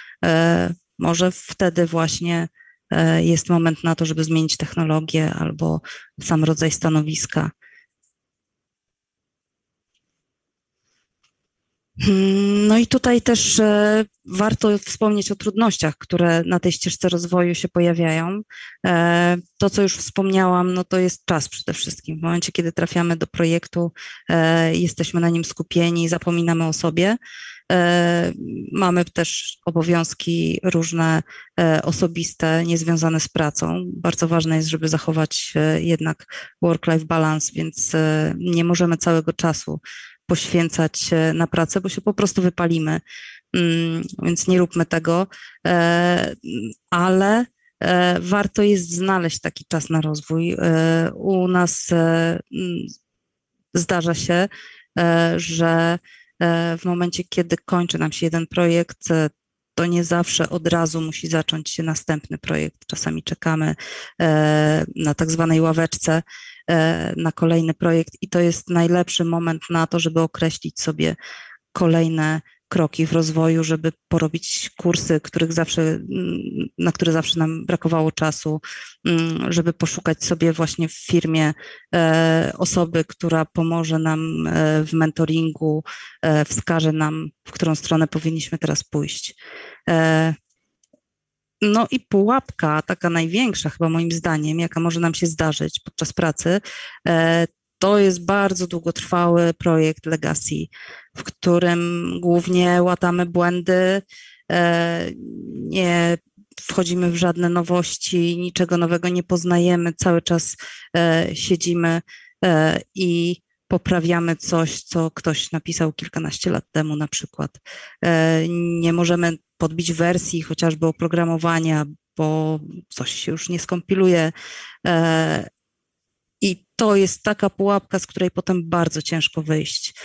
może wtedy właśnie jest moment na to, żeby zmienić technologię albo sam rodzaj stanowiska. No i tutaj też warto wspomnieć o trudnościach, które na tej ścieżce rozwoju się pojawiają. To, co już wspomniałam, no to jest czas przede wszystkim. W momencie, kiedy trafiamy do projektu, jesteśmy na nim skupieni, zapominamy o sobie. Mamy też obowiązki różne osobiste, niezwiązane z pracą. Bardzo ważne jest, żeby zachować jednak work-life balance, więc nie możemy całego czasu poświęcać na pracę, bo się po prostu wypalimy, więc nie róbmy tego, ale warto jest znaleźć taki czas na rozwój. U nas zdarza się, że w momencie, kiedy kończy nam się jeden projekt, to nie zawsze od razu musi zacząć się następny projekt. Czasami czekamy na tak zwanej ławeczce na kolejny projekt i to jest najlepszy moment na to, żeby określić sobie kolejne kroki w rozwoju, żeby porobić kursy, na które zawsze nam brakowało czasu, żeby poszukać sobie właśnie w firmie osoby, która pomoże nam w mentoringu, wskaże nam, w którą stronę powinniśmy teraz pójść. No i pułapka, taka największa chyba moim zdaniem, jaka może nam się zdarzyć podczas pracy, to jest bardzo długotrwały projekt Legacy, w którym głównie łatamy błędy, nie wchodzimy w żadne nowości, niczego nowego nie poznajemy, cały czas siedzimy i poprawiamy coś, co ktoś napisał kilkanaście lat temu na przykład. Nie możemy podbić wersji chociażby oprogramowania, bo coś się już nie skompiluje. I to jest taka pułapka, z której potem bardzo ciężko wyjść.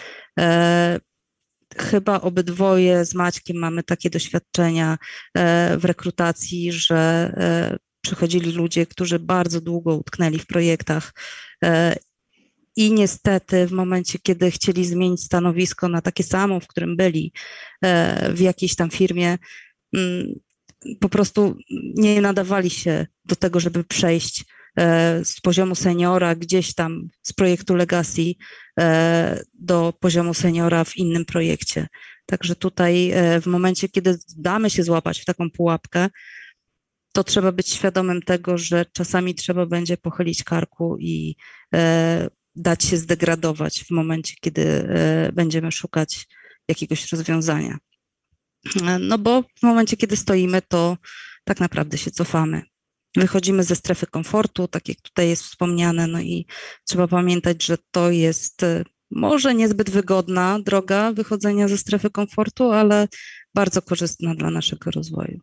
Chyba obydwoje z Maćkiem mamy takie doświadczenia w rekrutacji, że przychodzili ludzie, którzy bardzo długo utknęli w projektach i niestety w momencie, kiedy chcieli zmienić stanowisko na takie samo, w którym byli w jakiejś tam firmie, po prostu nie nadawali się do tego, żeby przejść z poziomu seniora gdzieś tam z projektu Legacy do poziomu seniora w innym projekcie. Także tutaj w momencie, kiedy damy się złapać w taką pułapkę, to trzeba być świadomym tego, że czasami trzeba będzie pochylić karku i dać się zdegradować w momencie, kiedy będziemy szukać jakiegoś rozwiązania. No bo w momencie, kiedy stoimy, to tak naprawdę się cofamy. Wychodzimy ze strefy komfortu, tak jak tutaj jest wspomniane, no i trzeba pamiętać, że to jest może niezbyt wygodna droga wychodzenia ze strefy komfortu, ale bardzo korzystna dla naszego rozwoju.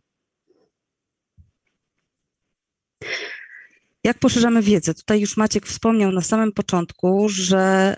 Jak poszerzamy wiedzę? Tutaj już Maciek wspomniał na samym początku, że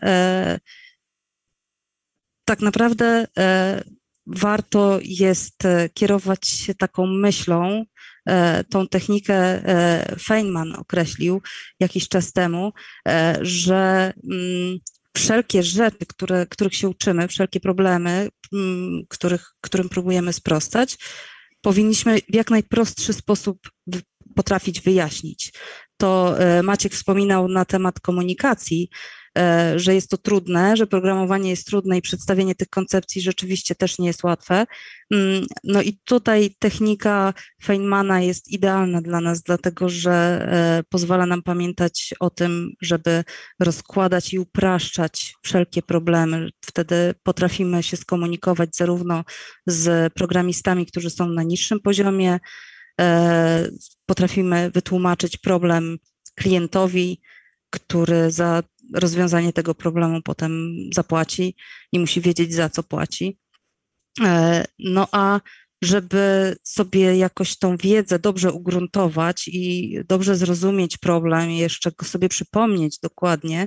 tak naprawdę warto jest kierować się taką myślą, tą technikę Feynman określił jakiś czas temu, że wszelkie rzeczy, których się uczymy, wszelkie problemy, którym próbujemy sprostać, powinniśmy w jak najprostszy sposób potrafić wyjaśnić. To Maciek wspominał na temat komunikacji, że jest to trudne, że programowanie jest trudne i przedstawienie tych koncepcji rzeczywiście też nie jest łatwe. No i tutaj technika Feynmana jest idealna dla nas, dlatego że pozwala nam pamiętać o tym, żeby rozkładać i upraszczać wszelkie problemy. Wtedy potrafimy się skomunikować zarówno z programistami, którzy są na niższym poziomie, potrafimy wytłumaczyć problem klientowi, który za rozwiązanie tego problemu potem zapłaci i musi wiedzieć, za co płaci. No a żeby sobie jakoś tą wiedzę dobrze ugruntować i dobrze zrozumieć problem i jeszcze go sobie przypomnieć dokładnie,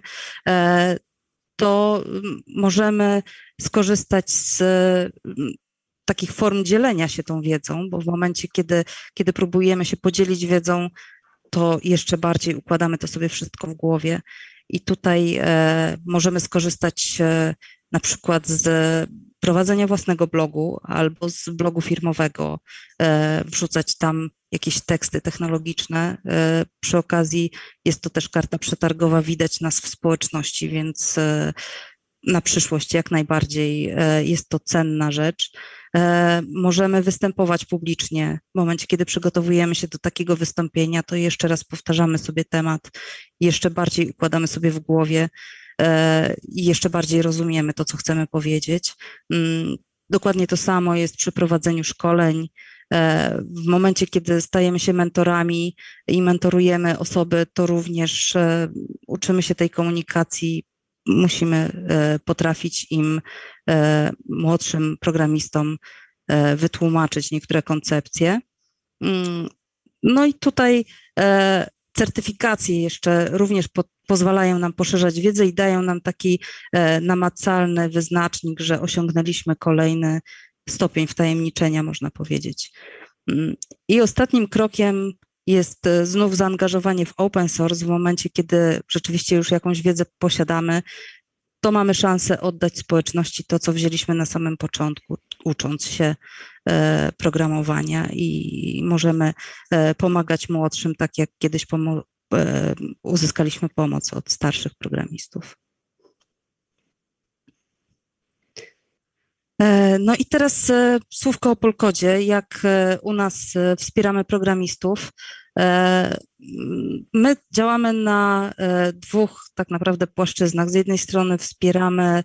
to możemy skorzystać z takich form dzielenia się tą wiedzą, bo w momencie, kiedy próbujemy się podzielić wiedzą, to jeszcze bardziej układamy to sobie wszystko w głowie. I tutaj możemy skorzystać na przykład z prowadzenia własnego blogu albo z blogu firmowego, wrzucać tam jakieś teksty technologiczne. Przy okazji jest to też karta przetargowa, widać nas w społeczności, więc na przyszłość jak najbardziej jest to cenna rzecz. Możemy występować publicznie. W momencie, kiedy przygotowujemy się do takiego wystąpienia, to jeszcze raz powtarzamy sobie temat, jeszcze bardziej układamy sobie w głowie i jeszcze bardziej rozumiemy to, co chcemy powiedzieć. Dokładnie to samo jest przy prowadzeniu szkoleń. W momencie, kiedy stajemy się mentorami i mentorujemy osoby, to również uczymy się tej komunikacji. Musimy potrafić im, młodszym programistom, wytłumaczyć niektóre koncepcje. No i tutaj certyfikacje jeszcze również pozwalają nam poszerzać wiedzę i dają nam taki namacalny wyznacznik, że osiągnęliśmy kolejny stopień wtajemniczenia, można powiedzieć. I ostatnim krokiem jest znów zaangażowanie w open source. W momencie, kiedy rzeczywiście już jakąś wiedzę posiadamy, to mamy szansę oddać społeczności to, co wzięliśmy na samym początku, ucząc się programowania i możemy pomagać młodszym, tak jak kiedyś uzyskaliśmy pomoc od starszych programistów. No i teraz słówko o Polkodzie, jak u nas wspieramy programistów. My działamy na dwóch tak naprawdę płaszczyznach. Z jednej strony wspieramy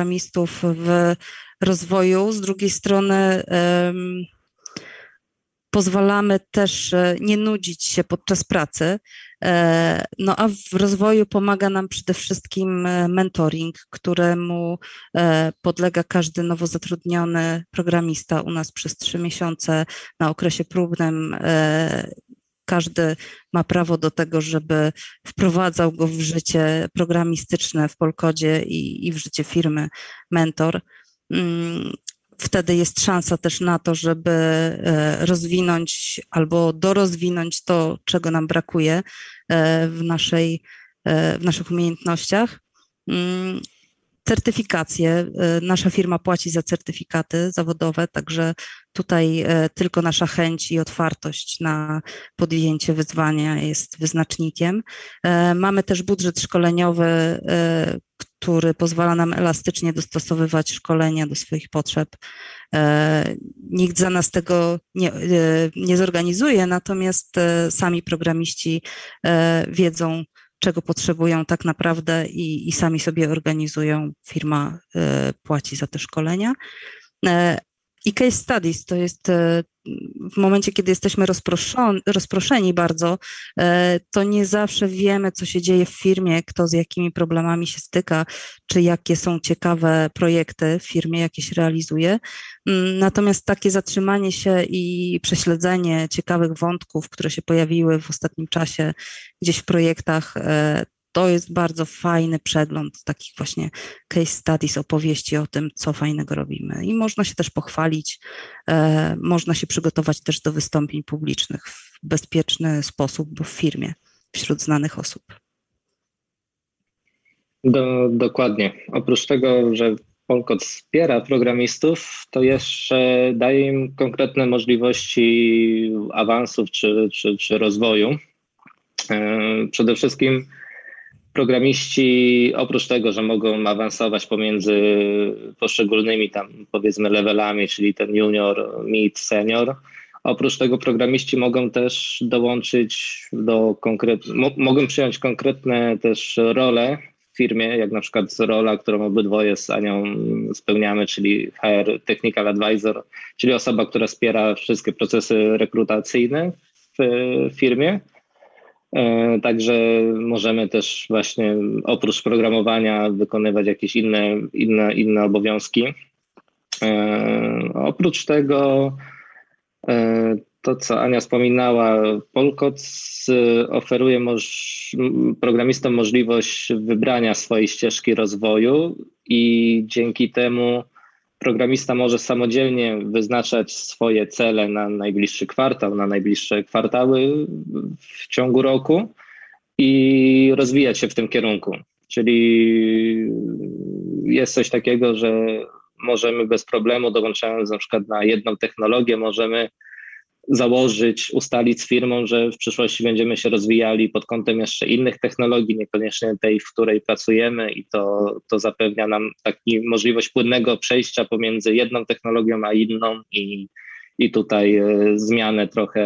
programistów w rozwoju, z drugiej strony pozwalamy też nie nudzić się podczas pracy. No a w rozwoju pomaga nam przede wszystkim mentoring, któremu podlega każdy nowo zatrudniony programista u nas przez 3 miesiące na okresie próbnym. Każdy ma prawo do tego, żeby wprowadzał go w życie programistyczne w Polkodzie i w życie firmy mentor. Wtedy jest szansa też na to, żeby rozwinąć albo dorozwinąć to, czego nam brakuje w naszych umiejętnościach. Certyfikacje. Nasza firma płaci za certyfikaty zawodowe, także tutaj tylko nasza chęć i otwartość na podjęcie wyzwania jest wyznacznikiem. Mamy też budżet szkoleniowy, który pozwala nam elastycznie dostosowywać szkolenia do swoich potrzeb. Nikt za nas tego nie zorganizuje, natomiast sami programiści wiedzą, czego potrzebują tak naprawdę i sami sobie organizują. Firma płaci za te szkolenia. I case studies to jest w momencie, kiedy jesteśmy rozproszeni bardzo, to nie zawsze wiemy, co się dzieje w firmie, kto z jakimi problemami się styka, czy jakie są ciekawe projekty w firmie, jakie się realizuje. Natomiast takie zatrzymanie się i prześledzenie ciekawych wątków, które się pojawiły w ostatnim czasie gdzieś w projektach, to jest bardzo fajny przegląd takich właśnie case studies, opowieści o tym, co fajnego robimy. I można się też pochwalić, można się przygotować też do wystąpień publicznych w bezpieczny sposób w firmie, wśród znanych osób. Dokładnie. Oprócz tego, że Polkod wspiera programistów, to jeszcze daje im konkretne możliwości awansów czy rozwoju. Przede wszystkim programiści, oprócz tego, że mogą awansować pomiędzy poszczególnymi tam powiedzmy levelami, czyli ten junior, mid, senior, oprócz tego programiści mogą też dołączyć mogą przyjąć konkretne też role w firmie, jak na przykład rola, którą obydwoje z Anią spełniamy, czyli HR Technical Advisor, czyli osoba, która wspiera wszystkie procesy rekrutacyjne w firmie. Także możemy też właśnie oprócz programowania wykonywać jakieś inne obowiązki. Oprócz tego to, co Ania wspominała, Polkod oferuje programistom możliwość wybrania swojej ścieżki rozwoju i dzięki temu programista może samodzielnie wyznaczać swoje cele na najbliższy kwartał, na najbliższe kwartały w ciągu roku i rozwijać się w tym kierunku. Czyli jest coś takiego, że możemy bez problemu, dołączając na przykład na jedną technologię, możemy ustalić z firmą, że w przyszłości będziemy się rozwijali pod kątem jeszcze innych technologii, niekoniecznie tej, w której pracujemy, i to zapewnia nam taki możliwość płynnego przejścia pomiędzy jedną technologią a inną i tutaj zmianę trochę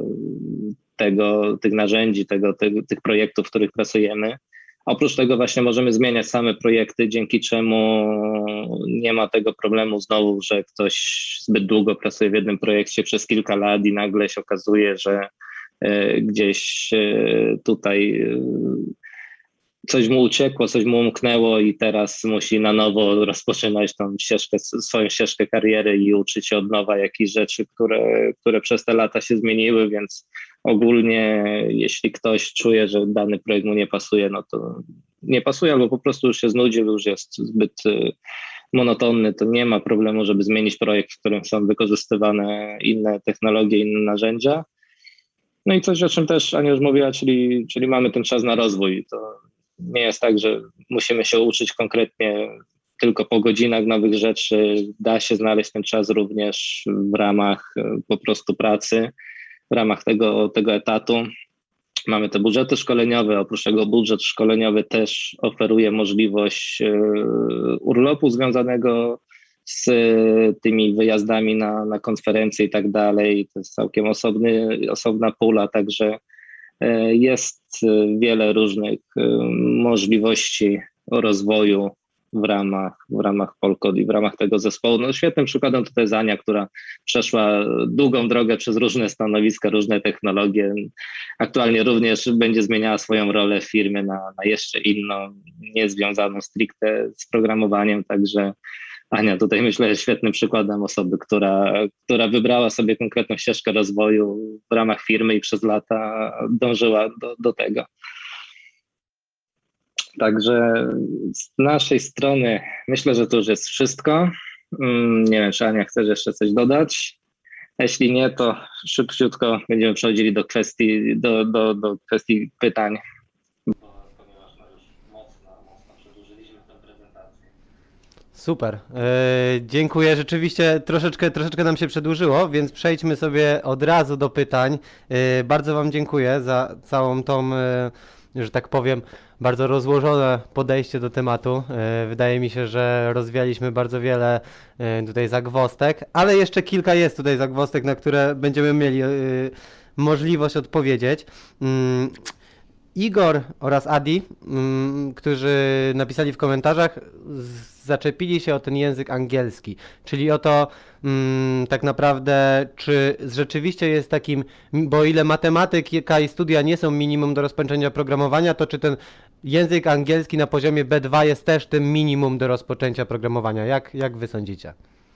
tych narzędzi, tych projektów, w których pracujemy. Oprócz tego właśnie możemy zmieniać same projekty, dzięki czemu nie ma tego problemu znowu, że ktoś zbyt długo pracuje w jednym projekcie przez kilka lat i nagle się okazuje, że gdzieś tutaj coś mu uciekło, coś mu umknęło i teraz musi na nowo rozpoczynać tą swoją ścieżkę kariery i uczyć się od nowa jakichś rzeczy, które przez te lata się zmieniły, więc ogólnie jeśli ktoś czuje, że dany projekt mu nie pasuje, no to nie pasuje albo po prostu już się znudził, już jest zbyt monotonny, to nie ma problemu, żeby zmienić projekt, w którym są wykorzystywane inne technologie, inne narzędzia. No i coś, o czym też Ania już mówiła, czyli mamy ten czas na rozwój. To nie jest tak, że musimy się uczyć konkretnie tylko po godzinach nowych rzeczy. Da się znaleźć ten czas również w ramach po prostu pracy, w ramach tego etatu. Mamy te budżety szkoleniowe. Oprócz tego budżet szkoleniowy też oferuje możliwość urlopu związanego z tymi wyjazdami na konferencje i tak dalej. To jest całkiem osobna pula, także jest wiele różnych możliwości rozwoju w ramach Polkod i w ramach tego zespołu. No, świetnym przykładem tutaj jest Ania, która przeszła długą drogę przez różne stanowiska, różne technologie. Aktualnie również będzie zmieniała swoją rolę w firmie na jeszcze inną, niezwiązaną stricte z programowaniem, także Ania tutaj myślę jest świetnym przykładem osoby, która wybrała sobie konkretną ścieżkę rozwoju w ramach firmy i przez lata dążyła do tego. Także z naszej strony myślę, że to już jest wszystko. Nie wiem, czy Ania chcesz jeszcze coś dodać? Jeśli nie, to szybciutko będziemy przechodzili do kwestii pytań. Ponieważ już mocno przedłużyliśmy tę prezentację. Super, dziękuję. Rzeczywiście troszeczkę nam się przedłużyło, więc przejdźmy sobie od razu do pytań. Bardzo Wam dziękuję za całą tą, że tak powiem, bardzo rozłożone podejście do tematu. Wydaje mi się, że rozwialiśmy bardzo wiele tutaj zagwozdek, ale jeszcze kilka jest tutaj zagwozdek, na które będziemy mieli możliwość odpowiedzieć. Igor oraz Adi, którzy napisali w komentarzach, zaczepili się o ten język angielski, czyli o to tak naprawdę, czy rzeczywiście jest takim, bo o ile matematyka i studia nie są minimum do rozpoczęcia programowania, to czy ten język angielski na poziomie B2 jest też tym minimum do rozpoczęcia programowania? Jak wy sądzicie?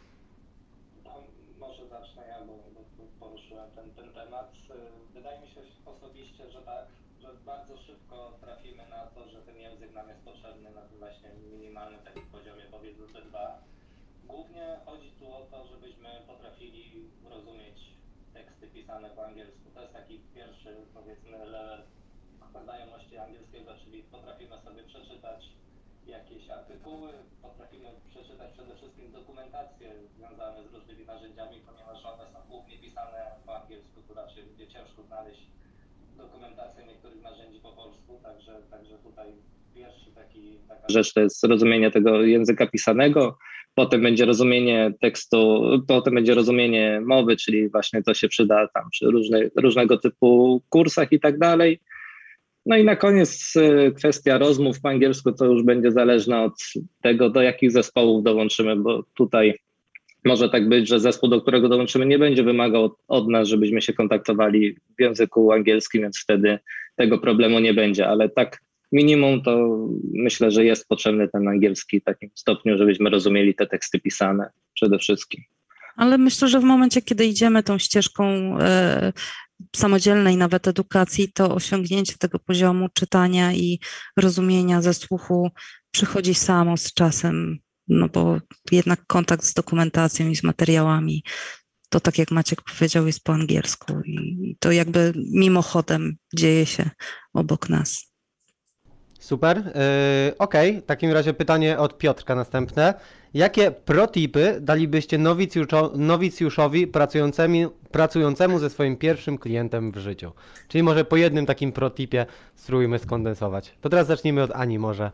Może zacznę ja, bo poruszyłem ten temat. Wydaje mi się osobiście, że tak, że bardzo szybko trafimy na to, że ten język nam jest potrzebny na tym właśnie minimalnym takim poziomie, powiedzmy B2. Głównie chodzi tu o to, żebyśmy potrafili rozumieć teksty pisane po angielsku. To jest taki pierwszy, powiedzmy, level znajomości angielskiego, czyli potrafimy sobie przeczytać jakieś artykuły, potrafimy przeczytać przede wszystkim dokumentacje związane z różnymi narzędziami, ponieważ one są głównie pisane po angielsku, tu raczej będzie ciężko znaleźć dokumentację niektórych narzędzi po polsku, także tutaj pierwszy taka rzecz to jest rozumienie tego języka pisanego, potem będzie rozumienie tekstu, potem będzie rozumienie mowy, czyli właśnie to się przyda tam przy różnego typu kursach i tak dalej. No i na koniec kwestia rozmów po angielsku to już będzie zależna od tego, do jakich zespołów dołączymy, bo tutaj może tak być, że zespół, do którego dołączymy, nie będzie wymagał od nas, żebyśmy się kontaktowali w języku angielskim, więc wtedy tego problemu nie będzie, ale tak minimum to myślę, że jest potrzebny ten angielski w takim stopniu, żebyśmy rozumieli te teksty pisane przede wszystkim. Ale myślę, że w momencie, kiedy idziemy tą ścieżką samodzielnej nawet edukacji, to osiągnięcie tego poziomu czytania i rozumienia ze słuchu przychodzi samo z czasem, no bo jednak kontakt z dokumentacją i z materiałami, to tak jak Maciek powiedział, jest po angielsku i to jakby mimochodem dzieje się obok nas. Super. Okej, w takim razie pytanie od Piotrka następne. Jakie protipy dalibyście nowicjuszowi pracującemu ze swoim pierwszym klientem w życiu? Czyli może po jednym takim protipie spróbujmy skondensować. To teraz zacznijmy od Ani może.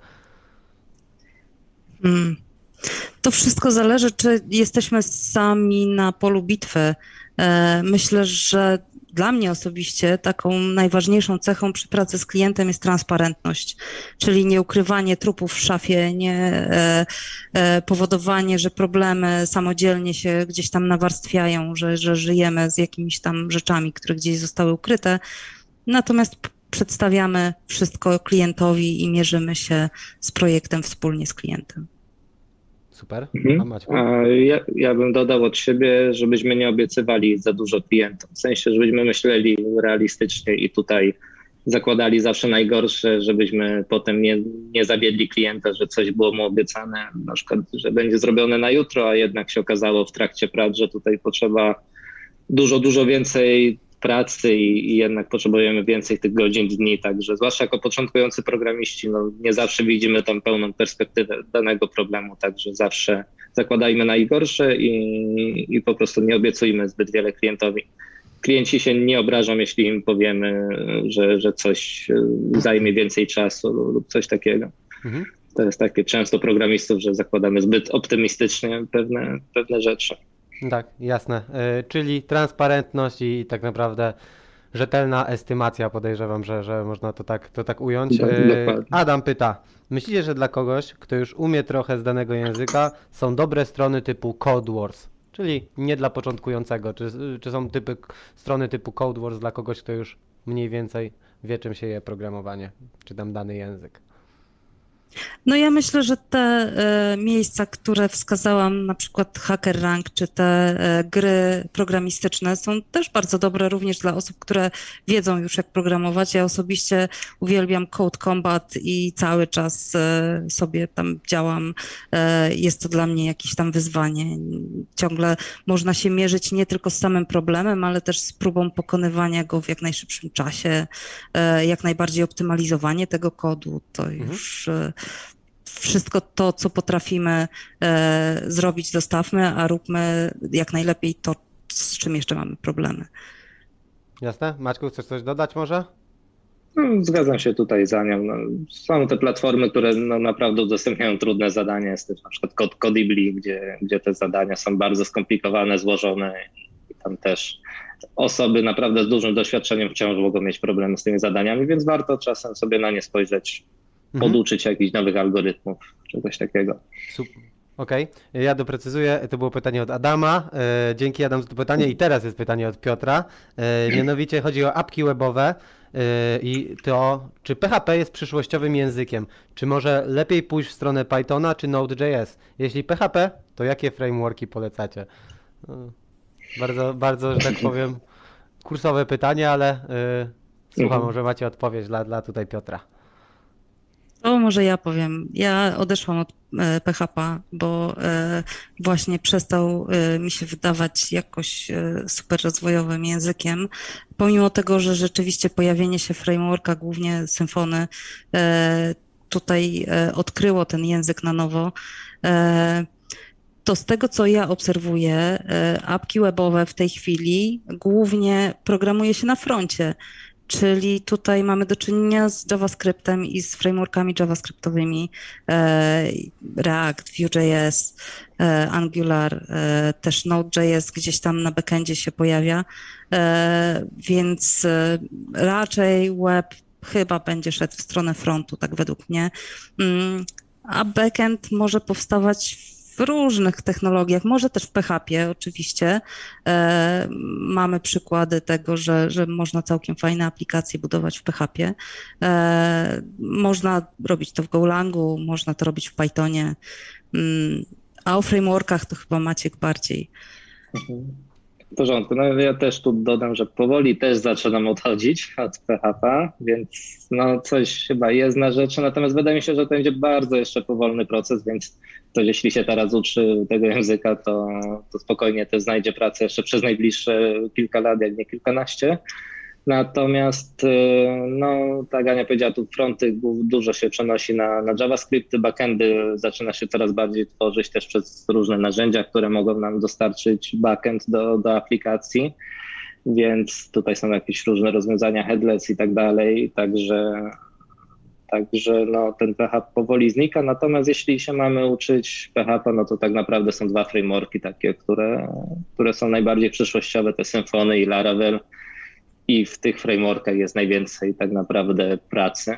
To wszystko zależy, czy jesteśmy sami na polu bitwy. Myślę, że dla mnie osobiście taką najważniejszą cechą przy pracy z klientem jest transparentność, czyli nie ukrywanie trupów w szafie, nie powodowanie, że problemy samodzielnie się gdzieś tam nawarstwiają, że żyjemy z jakimiś tam rzeczami, które gdzieś zostały ukryte. Natomiast przedstawiamy wszystko klientowi i mierzymy się z projektem wspólnie z klientem. Super. A Maćku? Ja bym dodał od siebie, żebyśmy nie obiecywali za dużo klientom. W sensie, żebyśmy myśleli realistycznie i tutaj zakładali zawsze najgorsze, żebyśmy potem nie zawiedli klienta, że coś było mu obiecane, na przykład, że będzie zrobione na jutro, a jednak się okazało w trakcie prac, że tutaj potrzeba dużo więcej pracy i jednak potrzebujemy więcej tych godzin, dni, także zwłaszcza jako początkujący programiści, no nie zawsze widzimy tą pełną perspektywę danego problemu, także zawsze zakładajmy najgorsze i po prostu nie obiecujmy zbyt wiele klientowi. Klienci się nie obrażą, jeśli im powiemy, że coś zajmie więcej czasu lub coś takiego. Mhm. To jest takie często programistów, że zakładamy zbyt optymistycznie pewne rzeczy. Tak, jasne. Czyli transparentność i tak naprawdę rzetelna estymacja, podejrzewam, że można to tak ująć. Adam pyta, myślicie, że dla kogoś, kto już umie trochę z danego języka, są dobre strony typu Code Wars? Czyli nie dla początkującego. Czy są strony typu Code Wars dla kogoś, kto już mniej więcej wie, czym się je programowanie, czy tam dany język? No ja myślę, że te miejsca, które wskazałam, na przykład HackerRank, czy te gry programistyczne są też bardzo dobre również dla osób, które wiedzą już jak programować. Ja osobiście uwielbiam Code Combat i cały czas sobie tam działam. Jest to dla mnie jakieś tam wyzwanie. Ciągle można się mierzyć nie tylko z samym problemem, ale też z próbą pokonywania go w jak najszybszym czasie, jak najbardziej optymalizowanie tego kodu. To już wszystko to, co potrafimy zrobić, zostawmy, a róbmy jak najlepiej to, z czym jeszcze mamy problemy. Jasne? Maćku, chcesz coś dodać może? No, zgadzam się tutaj za nią. No, są te platformy, które no, naprawdę udostępniają trudne zadania. Jest też na przykład Codibly, gdzie te zadania są bardzo skomplikowane, złożone i tam też osoby naprawdę z dużym doświadczeniem wciąż mogą mieć problemy z tymi zadaniami, więc warto czasem sobie na nie spojrzeć, poduczyć jakichś nowych algorytmów, czegoś takiego. Super. Okej, ja doprecyzuję, to było pytanie od Adama, dzięki Adam za to pytanie i teraz jest pytanie od Piotra, mianowicie chodzi o apki webowe i to, czy PHP jest przyszłościowym językiem, czy może lepiej pójść w stronę Pythona czy Node.js? Jeśli PHP, to jakie frameworki polecacie? Bardzo, bardzo, że tak powiem, kursowe pytanie, ale słucham, może macie odpowiedź dla tutaj Piotra. To może ja powiem. Ja odeszłam od PHP, bo właśnie przestał mi się wydawać jakoś super rozwojowym językiem. Pomimo tego, że rzeczywiście pojawienie się frameworka, głównie Symfony, tutaj odkryło ten język na nowo, to z tego, co ja obserwuję, apki webowe w tej chwili głównie programuje się na froncie. Czyli tutaj mamy do czynienia z JavaScriptem i z frameworkami JavaScriptowymi, React, Vue.js, Angular, też Node.js gdzieś tam na backendzie się pojawia, więc raczej web chyba będzie szedł w stronę frontu, tak według mnie, a backend może powstawać w różnych technologiach, może też w PHP oczywiście. Mamy przykłady tego, że można całkiem fajne aplikacje budować w PHP. Można robić to w Golangu, można to robić w Pythonie, a o frameworkach to chyba Maciek bardziej. W porządku. No ja też tu dodam, że powoli też zaczynam odchodzić od PHP, więc no coś chyba jest na rzeczy, natomiast wydaje mi się, że to będzie bardzo jeszcze powolny proces, więc ktoś jeśli się teraz uczy tego języka, to spokojnie też znajdzie pracę jeszcze przez najbliższe kilka lat, jak nie kilkanaście. Natomiast, no tak Ania powiedziała, tu fronty dużo się przenosi na JavaScripty, backendy zaczyna się coraz bardziej tworzyć też przez różne narzędzia, które mogą nam dostarczyć backend do aplikacji, więc tutaj są jakieś różne rozwiązania, headless i tak dalej, także no, ten PHP powoli znika, natomiast jeśli się mamy uczyć PHP, no to tak naprawdę są dwa frameworki takie, które są najbardziej przyszłościowe, te Symfony i Laravel. I w tych frameworkach jest najwięcej tak naprawdę pracy.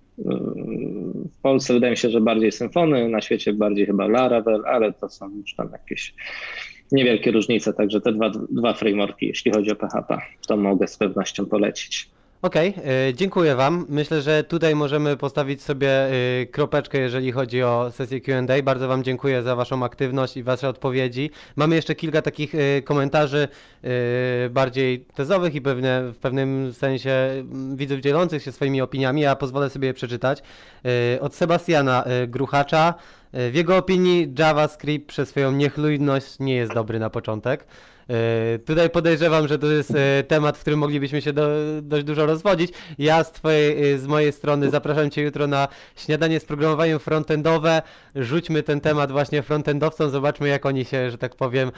W Polsce wydaje mi się, że bardziej Symfony, na świecie bardziej chyba Laravel, ale to są już tam jakieś niewielkie różnice, także te dwa frameworki, jeśli chodzi o PHP, to mogę z pewnością polecić. Okej, dziękuję Wam. Myślę, że tutaj możemy postawić sobie kropeczkę, jeżeli chodzi o sesję Q&A. Bardzo Wam dziękuję za Waszą aktywność i Wasze odpowiedzi. Mamy jeszcze kilka takich komentarzy bardziej tezowych i w pewnym sensie widzów dzielących się swoimi opiniami. Ja pozwolę sobie je przeczytać. Od Sebastiana Gruchacza. W jego opinii JavaScript przez swoją niechlujność nie jest dobry na początek. Tutaj podejrzewam, że to jest temat, w którym moglibyśmy się dość dużo rozwodzić. Ja z mojej strony zapraszam Cię jutro na śniadanie z programowaniem frontendowe. Rzućmy ten temat właśnie frontendowcom, zobaczmy jak oni się, że tak powiem,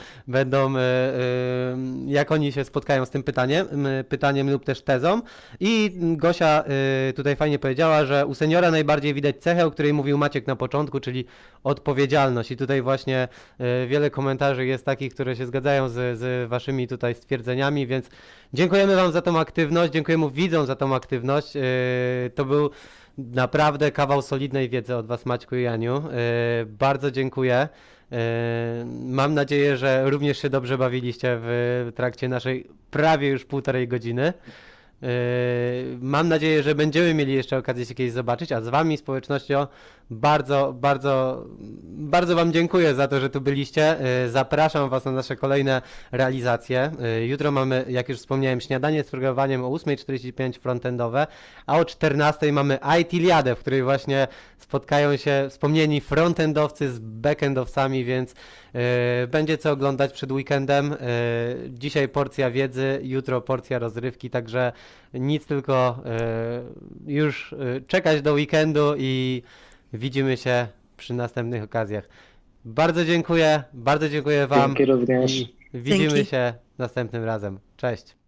jak oni się spotkają z tym pytaniem lub też tezą. I Gosia tutaj fajnie powiedziała, że u seniora najbardziej widać cechę, o której mówił Maciek na początku, czyli odpowiedzialność. I tutaj właśnie wiele komentarzy jest takich, które się zgadzają z Waszymi tutaj stwierdzeniami, więc dziękujemy Wam za tą aktywność, dziękujemy widzom za tą aktywność. To był Naprawdę kawał solidnej wiedzy od Was, Maćku i Aniu. Bardzo dziękuję. Mam nadzieję, że również się dobrze bawiliście w trakcie naszej prawie już 1,5 godziny. Mam nadzieję, że będziemy mieli jeszcze okazję się kiedyś zobaczyć, a z Wami, społecznością, bardzo, bardzo, bardzo Wam dziękuję za to, że tu byliście. Zapraszam Was na nasze kolejne realizacje. Jutro mamy, jak już wspomniałem, śniadanie z programowaniem o 8:45 frontendowe, a o 14:00 mamy IT-liadę, w której właśnie spotkają się wspomnieni frontendowcy z backendowcami, więc będzie co oglądać przed weekendem. Dzisiaj porcja wiedzy, jutro porcja rozrywki, także nic, tylko już czekać do weekendu i widzimy się przy następnych okazjach. Bardzo dziękuję Wam Dzięki również. i widzimy Dzięki. się następnym razem. Cześć.